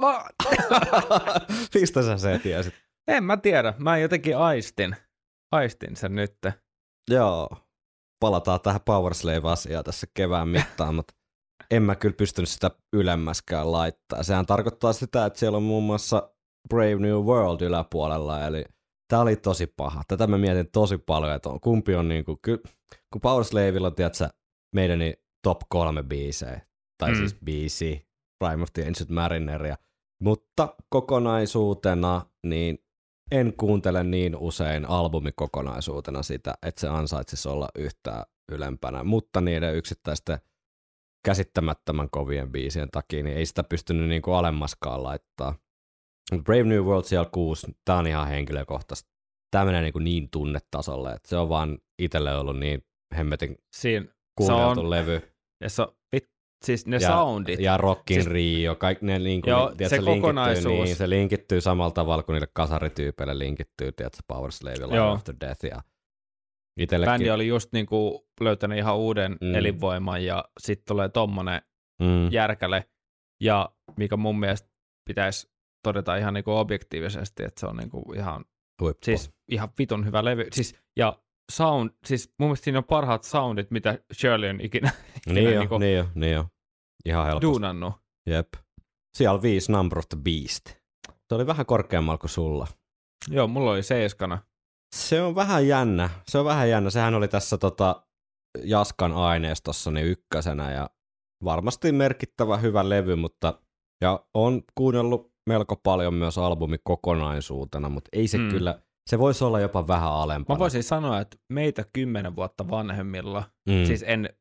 Mistä sä se tiesit? En mä tiedä. Mä jotenkin aistin sen nyt. Joo. Palataan tähän Powerslave-asiaan tässä kevään mittaan, mutta en mä kyllä pystynyt sitä ylemmäskään laittaa. Sehän tarkoittaa sitä, että siellä on muun muassa Brave New World yläpuolella, eli tää oli tosi paha. Tätä mä mietin tosi paljon, että kumpi on niinku, kun Powerslavella on, tiedätkö, meidän top 3 biisejä, tai siis biisi, Rime of the Ancient Marineria, mutta kokonaisuutena niin en kuuntele niin usein albumikokonaisuutena sitä, että se ansaitsisi olla yhtään ylempänä, mutta niiden yksittäisten käsittämättömän kovien biisien takia niin ei sitä pystynyt niinku alemmaskaan laittaa. Brave New World siellä 6, tää on ihan henkilökohtaista. Tää menee niin tunnetasolle, että se on vaan itselle ollut niin hemmetin kuunneltu levy. Ja siis ne soundit. Ja Rockin Rio, kaikki ne, se kokonaisuus. Niin, se linkittyy samalla tavalla kuin niille kasarityypeille linkittyy, tiedätkö, Power Slave ja Live After Death. Ja bändi oli just niinku löytänyt ihan uuden elinvoiman ja sitten tulee tommonen järkäle. Ja mikä mun mielestä pitäisi todeta ihan niinku objektiivisesti, että se on niinku ihan, siis ihan vitun hyvä levy. Siis, ja sound, siis mun mielestä siinä on parhaat soundit, mitä Shirley on ikinä niin jo. Ihan helposti. Duunannut. Jep. Siellä on 5 Number of the Beast. Se oli vähän korkeammalla kuin sulla. Joo, mulla oli 7. Se on vähän jännä. Sehän oli tässä Jaskan aineistossa niin 1. ja varmasti merkittävä hyvä levy, mutta ja on kuunnellut melko paljon myös albumi kokonaisuutena, mutta ei se kyllä, se voisi olla jopa vähän alempana. Mä voisin sanoa, että meitä 10 vuotta vanhemmilla, siis en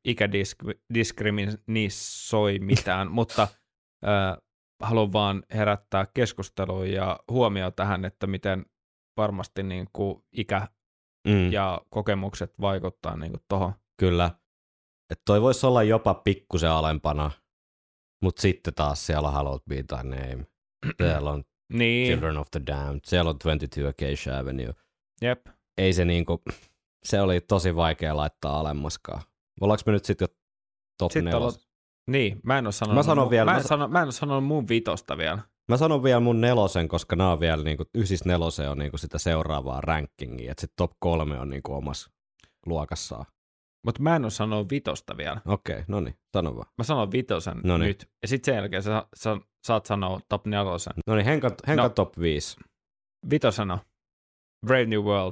ikädiskriminisoi mitään, mutta haluan vaan herättää keskustelua ja huomioon tähän, että miten varmasti niin kuin ikä ja kokemukset vaikuttaa niin kuin tohon. Kyllä, että toi voisi olla jopa pikkusen alempana, mutta sitten taas siellä on Hallowed Be Thy Name, siellä on Children of the Damned, siellä on 22 Acacia Avenue. Jep. Ei se niinku, se oli tosi vaikea laittaa alemmaskaan. Ollaanko me nyt sitten jo top 4? Niin, mä en ole sanonut, mä en ole sanonut mun 5 vielä. Mä sanon vielä mun 4, koska nää on vielä niinku, 9-4 on niinku sitä seuraavaa rankingia, että sitten top 3 on niinku omassa luokassaan. Mutta mä en ole sanonut 5 vielä. Okei, no niin, sano vaan. Mä sanon 5 nyt, ja sitten sen jälkeen sä saat sanoa top 4. No niin, Henka top 5. 5. Brave New World.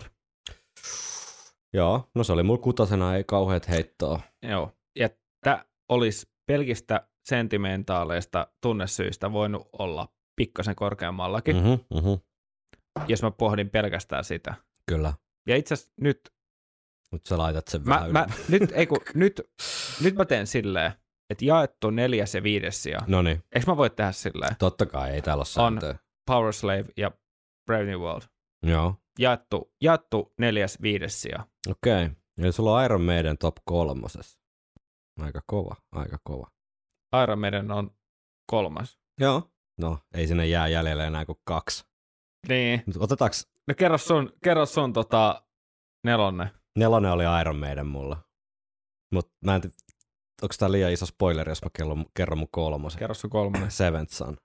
Joo, no se oli mulla 6, ei kauheat heittoa. Joo, ja tää olisi pelkistä sentimentaaleista tunnesyistä voinut olla pikkasen korkeammallakin, jos mä pohdin pelkästään sitä. Kyllä. Ja itse asiassa nyt mutta sä laitat sen vähän nyt mä teen silleen, että jaettu 4. ja 5. sija. Noniin. Eikö mä voi tehdä silleen? Totta kai, ei täällä ole sääntöä. On Power Slave ja Brave New World. Joo. Jaettu 4. ja 5. sija. Okei. Eli sulla on Iron Maiden top 3. Aika kova. Iron Maiden on 3. Joo. No, ei sinne jää jäljelle enää kuin 2. Niin. Mut otetaanko? No kerro sun 4. 4 oli Iron Maiden mulla. Mut mä en tiedä, onko tää liian iso spoileri, jos mä kerron mun 3. Kerro sun 3. Seventh Son.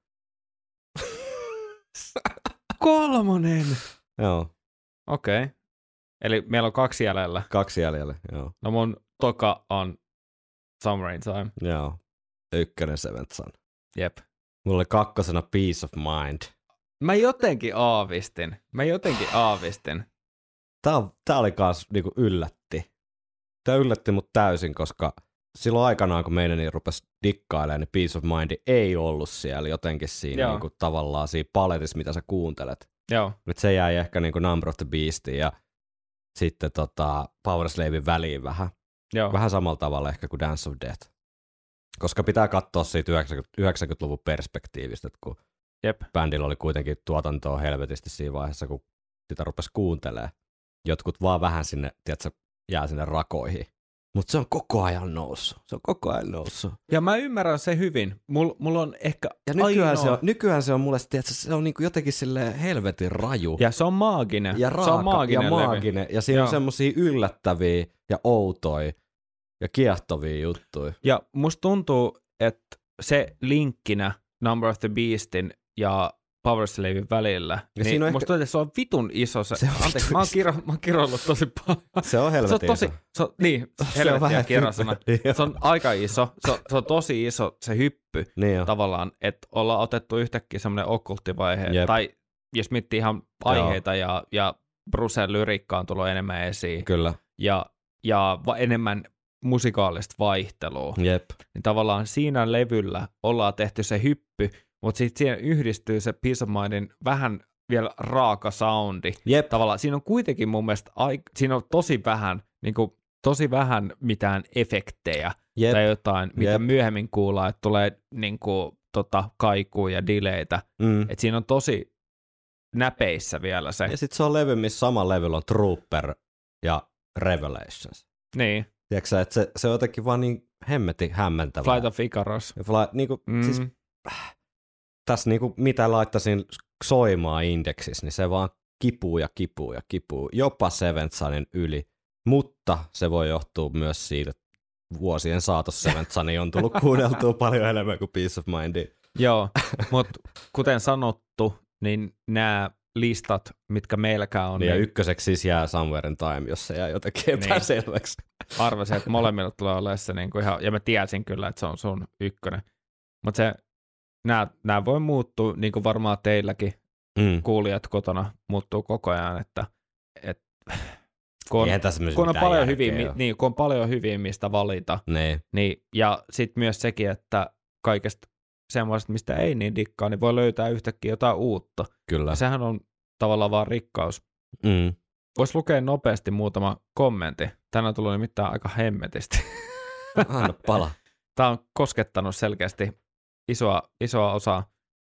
3. Joo. Okei. Eli meillä on 2 jäljellä. 2 jäljellä, joo. No mun toka on Summer in Time. Joo. 1. Seventh Son. Jep. Mulla oli 2. Peace of Mind. Mä jotenkin aavistin. Tää oli kans niinku yllätti. Tää yllätti mut täysin, koska silloin aikanaan, kun meidän niin rupesi dikkailemaan, niin Peace of Mind ei ollut siellä jotenkin siinä niinku tavallaan siinä paletissa, mitä sä kuuntelet. Joo. Nyt se jäi ehkä niinku Number of the Beastiin ja sitten Power Slaven väliin vähän. Joo. Vähän samalla tavalla ehkä kuin Dance of Death. Koska pitää katsoa siitä 90-luvun perspektiivistä, että kun bändillä oli kuitenkin tuotantoa helvetisti siinä vaiheessa, kun sitä rupesi kuuntelemaan. Jotkut vaan vähän sinne, tiedätkö, jää sinne rakoihin. Mutta se on koko ajan noussut. Ja mä ymmärrän se hyvin. Mulla on ehkä ja nykyään se on mulle, tiedätkö, se on niinku jotenkin silleen helvetin raju. Ja se on maaginen. Ja raaka, se on maaginen. Levy. Ja siinä on semmosia yllättäviä ja outoja ja kiehtovia juttuja. Ja musta tuntuu, että se linkkinä Number of the Beastin ja Power Slaven välillä, ja niin musta tuntuu, että se on vitun iso. Anteeksi, mä oon kiroillut tosi paljon. Se on helvetin iso. Helvettiä kirosana. Se on aika iso. Se on tosi iso se hyppy niin tavallaan, että ollaan otettu yhtäkkiä semmoinen okkulttivaihe. Tai jos miettii ihan aiheita ja Brucen lyriikka on tullut enemmän esiin. Kyllä. Ja enemmän musikaalista vaihtelua. Jep. Niin tavallaan siinä levyllä ollaan tehty se hyppy, mutta sitten siihen yhdistyy se Peace of Mindin vähän vielä raaka soundi. Jep. Tavallaan siinä on kuitenkin mun mielestä, siinä on tosi vähän mitään efektejä Jep. tai jotain, mitä Jep. myöhemmin kuullaan, että tulee kaikuja ja dileitä. Että siinä on tosi näpeissä vielä se. Ja sitten se on levy, missä sama levyllä on Trooper ja Revelations. Niin. Tiedätkö että se on jotenkin vaan niin hemmetin hämmentävää. Flight of Icarus. Siis, tässä niinku, mitä laittaisin soimaan indeksissä, niin se vaan kipuu ja kipuu ja kipuu. Jopa Seventh Sonin yli. Mutta se voi johtua myös siitä, että vuosien saatossa Seventh Soni on tullut kuunneltua paljon enemmän kuin Peace of Mindia. Joo, mutta kuten sanottu, niin nämä listat, mitkä meilläkään on. Niin ja ykköseksi siis jää Somewhere in Time, jos se jää jotenkin epäselväksi. Arvasin, että molemmilla tulee olemaan se niinku ihan, ja mä tiesin kyllä, että se on sun ykkönen. Mutta nämä voi muuttua, niin kuin varmaan teilläkin kuulijat kotona muuttuu koko ajan, että kun on paljon hyviä, mistä valita. Niin, ja sitten myös sekin, että kaikesta semmoista, mistä ei niin dikkaa, niin voi löytää yhtäkkiä jotain uutta. Kyllä. Ja sehän on tavallaan vaan rikkaus. Voisi lukea nopeasti muutama kommentti. Tänään on tullut nimittäin aika hemmetisti. Anna pala. Tämä on koskettanut selkeästi isoa osaa.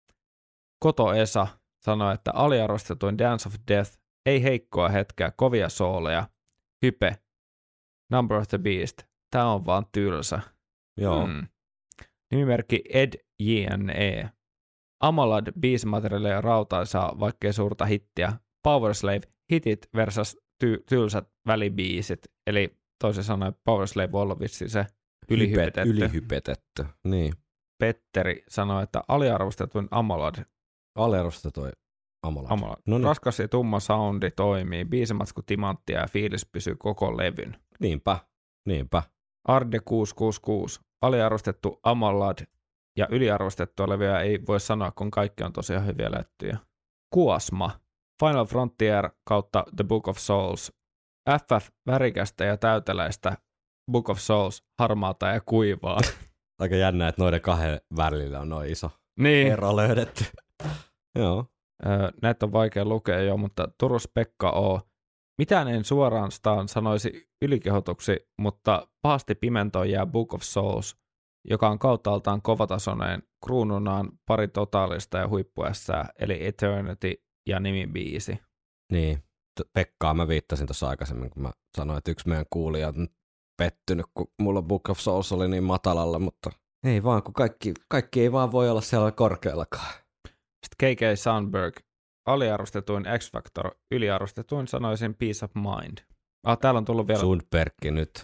Koto Esa sanoi, että aliarvostetuin Dance of Death, ei heikkoa hetkeä, kovia sooleja. Hype, Number of the Beast, tämä on vaan tylsä. Joo. Nimimerkki Ed JNE. Amalad, biisimateriaalia rautaisaa, vaikkei suurta hittiä. Powerslave, hitit versus tylsät välibiisit. Eli toisin sanoen Powerslave on ollut vissiin se ylihypetetty. Niin. Petteri sanoi, että aliarvostetuin Amalad. Aliarvostetuin Amalad. Noniin. Raskas ja tumma soundi toimii, biisimatsku timanttia ja fiilis pysyy koko levyn. Niinpä. Arde 666. Aliarvostettu Amalad ja yliarvostettua levyä ei voi sanoa, kun kaikki on tosiaan hyviä lättyjä. Kuosma. Final Frontier kautta The Book of Souls. FF värikästä ja täyteläistä. Book of Souls harmaata ja kuivaa. Aika jännä, että noiden kahden välillä on noin iso ero löydetty. Joo. Näitä on vaikea lukea jo, mutta Turus Pekka O. Mitään en suoraan sanoisi ylikehotuksi, mutta pahasti pimentoon jää Book of Souls, joka on kauttaaltaan kovatasoinen, kruununaan pari totaalista ja huippuessää, eli Eternity ja nimibiisi. Niin, Pekkaa mä viittasin tuossa aikaisemmin, kun mä sanoin, että yksi meidän kuulija on pettynyt, kun mulla Book of Souls oli niin matalalla, mutta ei vaan, kun kaikki ei vaan voi olla siellä korkeallakaan. Sitten KK Sandberg. Aliarvostetuin X-Factor, yliarvostetuin sanoisin Peace of Mind. Täällä on tullut vielä... Sundbergki nyt.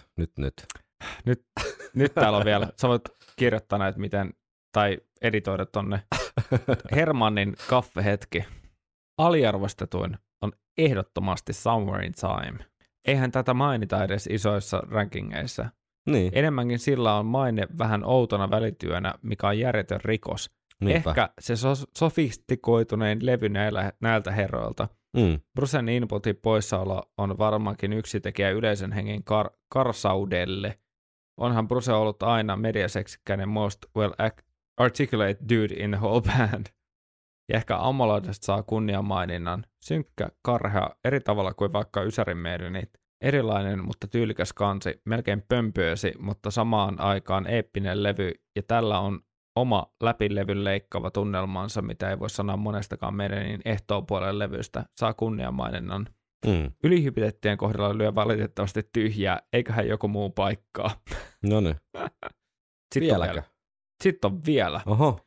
Nyt täällä on vielä. Sä voit kirjoittaa näitä tai editoida tonne. Hermannin kaffehetki. Aliarvostetuin on ehdottomasti Somewhere in Time. Eihän tätä mainita edes isoissa rankingeissa. Niin. Enemmänkin sillä on maine vähän outona välityönä, mikä on järjetön rikos. Niinpä. Ehkä se sofistikoitunein levy näiltä herroilta. Brucen inputin poissaolo on varmaankin yksi tekijä yleisen hengen karsaudelle. Onhan Bruce ollut aina mediaseksikkäinen most well articulate dude in the whole band. Ja ehkä Amoladesta saa kunniamaininnan. Synkkä, karhea, eri tavalla kuin vaikka Ysärin Maidenit. Erilainen, mutta tyylikäs kansi, melkein pömpöösi, mutta samaan aikaan eeppinen levy, ja tällä on oma läpilevyn leikkaava tunnelmansa, mitä ei voi sanoa monestakaan meidän ehtoopuolen levystä, saa kunniamaininnan. Ylihypitettyjen kohdalla lyö valitettavasti tyhjää, eiköhän joku muu paikkaa. No niin. Vieläkö? Sitten on vielä. Oho.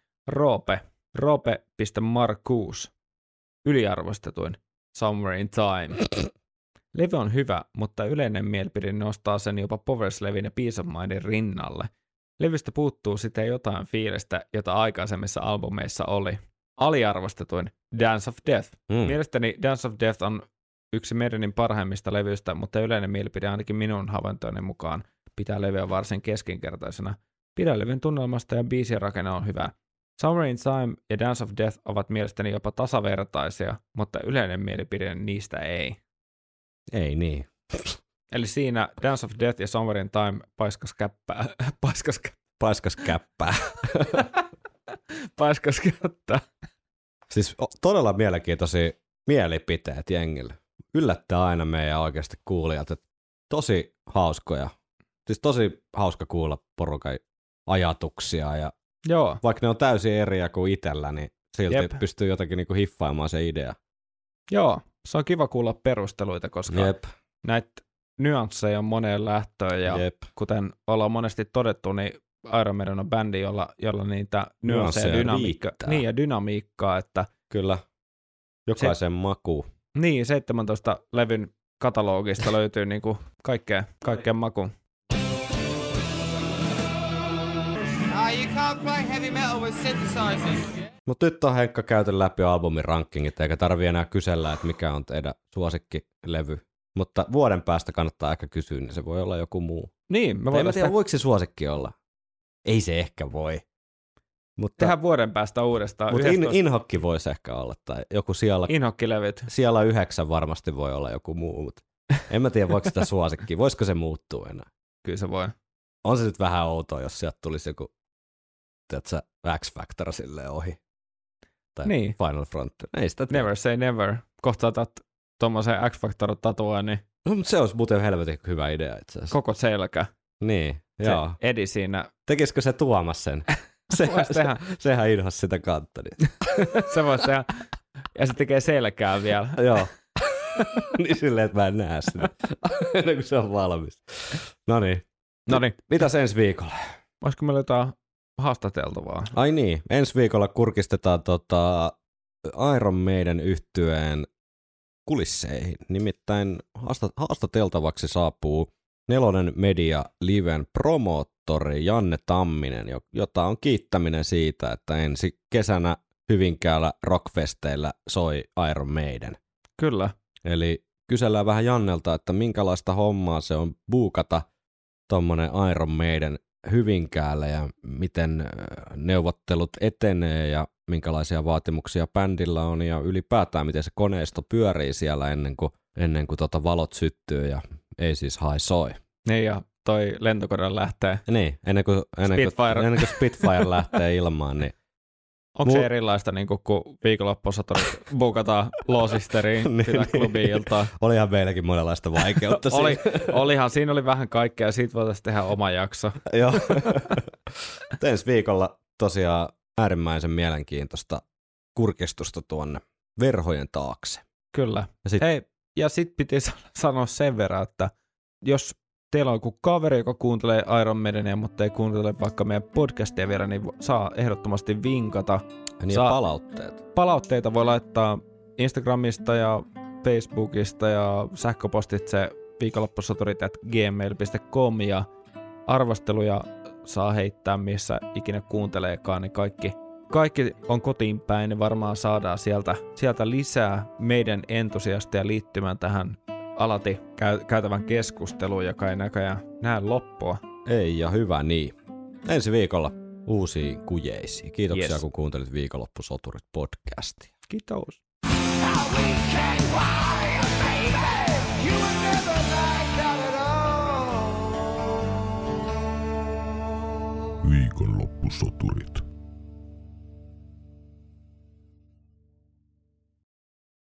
Roope.Markus. Yliarvostetuin Somewhere in Time. Levy on hyvä, mutta yleinen mielipide nostaa sen jopa Powerslaven ja Peace of Mindin rinnalle. Levystä puuttuu sitten jotain fiilistä, jota aikaisemmissa albumeissa oli. Aliarvostetuin Dance of Death. Mielestäni Dance of Death on yksi Maidenin parhaimmista levyistä, mutta yleinen mielipide ainakin minun havaintojeni mukaan pitää levyä varsin keskinkertaisena. Pidän levyn tunnelmasta ja biisien rakenne on hyvä. Somewhere in Time ja Dance of Death ovat mielestäni jopa tasavertaisia, mutta yleinen mielipide niistä ei. Ei niin. Eli siinä Dance of Death ja Somewhere in Time paiskas käppää. Paiskas käppää. Paiskas kättä. Siis todella mielenkiintoisia mielipiteet jengille. Yllättää aina meidän oikeasti kuulijat, että tosi hauskoja. Siis tosi hauska kuulla porukan ajatuksia ja Joo. vaikka ne on täysin eriä kuin itsellä, niin silti Jep. pystyy jotenkin niinku hiffaamaan se idea. Joo, se on kiva kuulla perusteluita, koska Jep. näitä nyansseja on moneen lähtöön ja Jep. kuten ollaan monesti todettu, niin Iron Maiden on bändi, jolla niitä nyansseja Nyansseja ja dynamiikkaa, että Kyllä. Jokaisen maku. niin 17 levyn katalogista löytyy niinku kaikkea makuun. You can't play heavy metal with synthesizers. Mutta nyt on Henkka käyty läpi albumin rankingit, eikä tarvii enää kysellä, että mikä on teidän suosikkilevy. Mutta vuoden päästä kannattaa ehkä kysyä, niin se voi olla joku muu. Niin, me En voidaan tiedä, voiko se suosikki olla? Ei se ehkä voi. Mutta tehdä vuoden päästä uudestaan. Mutta Inhokki voisi ehkä olla, tai joku Inhokkilevyt. siellä 9 varmasti voi olla joku muu, mutta en mä tiedä, voiko sitä suosikki. Voisiko se muuttua enää? Kyllä se voi. On se nyt vähän outoa, jos sieltä tulisi joku, tiedätkö, X-Factor silleen ohi. Tai Niin. Final Frontier. Ei sitä tiedä. Never say never. Kohta otat tommosen X-Factor-tatua, niin No, mutta se olisi muuten helvetin hyvä idea itse asiassa. koko selkä. Niin, Se joo. Edi siinä. Tekisikö se Tuomas sen? Vois tehdä. Sehän inhosi sitä kantta. Niin. Se voisi tehdä. Ja se tekee selkää vielä. Joo. Niin silleen, että mä en näe sitä. Ennen kuin se on valmis. Noniin. Noniin. Mitäs ensi viikolla? Olisiko meillä jotain haastateltavaa? Ai niin, ensi viikolla kurkistetaan Iron Maiden yhtyeen kulisseihin. Nimittäin haastateltavaksi saapuu Nelonen Media Liven promoottori Janne Tamminen, jota on kiittäminen siitä, että ensi kesänä Hyvinkäällä rockfesteillä soi Iron Maiden. Kyllä. Eli kysellään vähän Jannelta, että minkälaista hommaa se on buukata tommonen Iron Maiden Hyvinkäällä ja miten neuvottelut etenee ja minkälaisia vaatimuksia bändillä on ja ylipäätään miten se koneisto pyörii siellä ennen kuin valot syttyy ja ei siis soi. Niin ja toi lentokone lähtee. Niin, ennen kuin Spitfire lähtee ilmaan, niin onko se erilaista niin kun viikonloppusatorit buukataan Loosisteriin Niin, sitä klubi-iltaa? olihan meilläkin monenlaista vaikeutta. Olihan, siinä oli vähän kaikkea ja siitä voitaisiin tehdä oma jakso. Joo. Ensi viikolla tosiaan äärimmäisen mielenkiintoista kurkistusta tuonne verhojen taakse. Kyllä. Ja Hei, ja sitten piti sanoa sen verran, että jos teillä on joku kaveri, joka kuuntelee Iron Maidenia, mutta ei kuuntele vaikka meidän podcastia vielä, niin saa ehdottomasti vinkata. Niin ja palautteet. Palautteita voi laittaa Instagramista ja Facebookista ja sähköpostitse viikonloppusoturit@gmail.com ja arvosteluja saa heittää missä ikinä kuunteleekaan, niin kaikki on kotiin päin, niin varmaan saadaan sieltä lisää meidän entusiasteja liittymään tähän alati käytävän keskusteluun, joka ei näköjään näe loppua. Ei ja hyvä niin. Ensi viikolla uusiin kujeisiin. Kiitoksia Yes. kun kuuntelit Viikonloppusoturit podcastia. Kiitos. Viikonloppusoturit.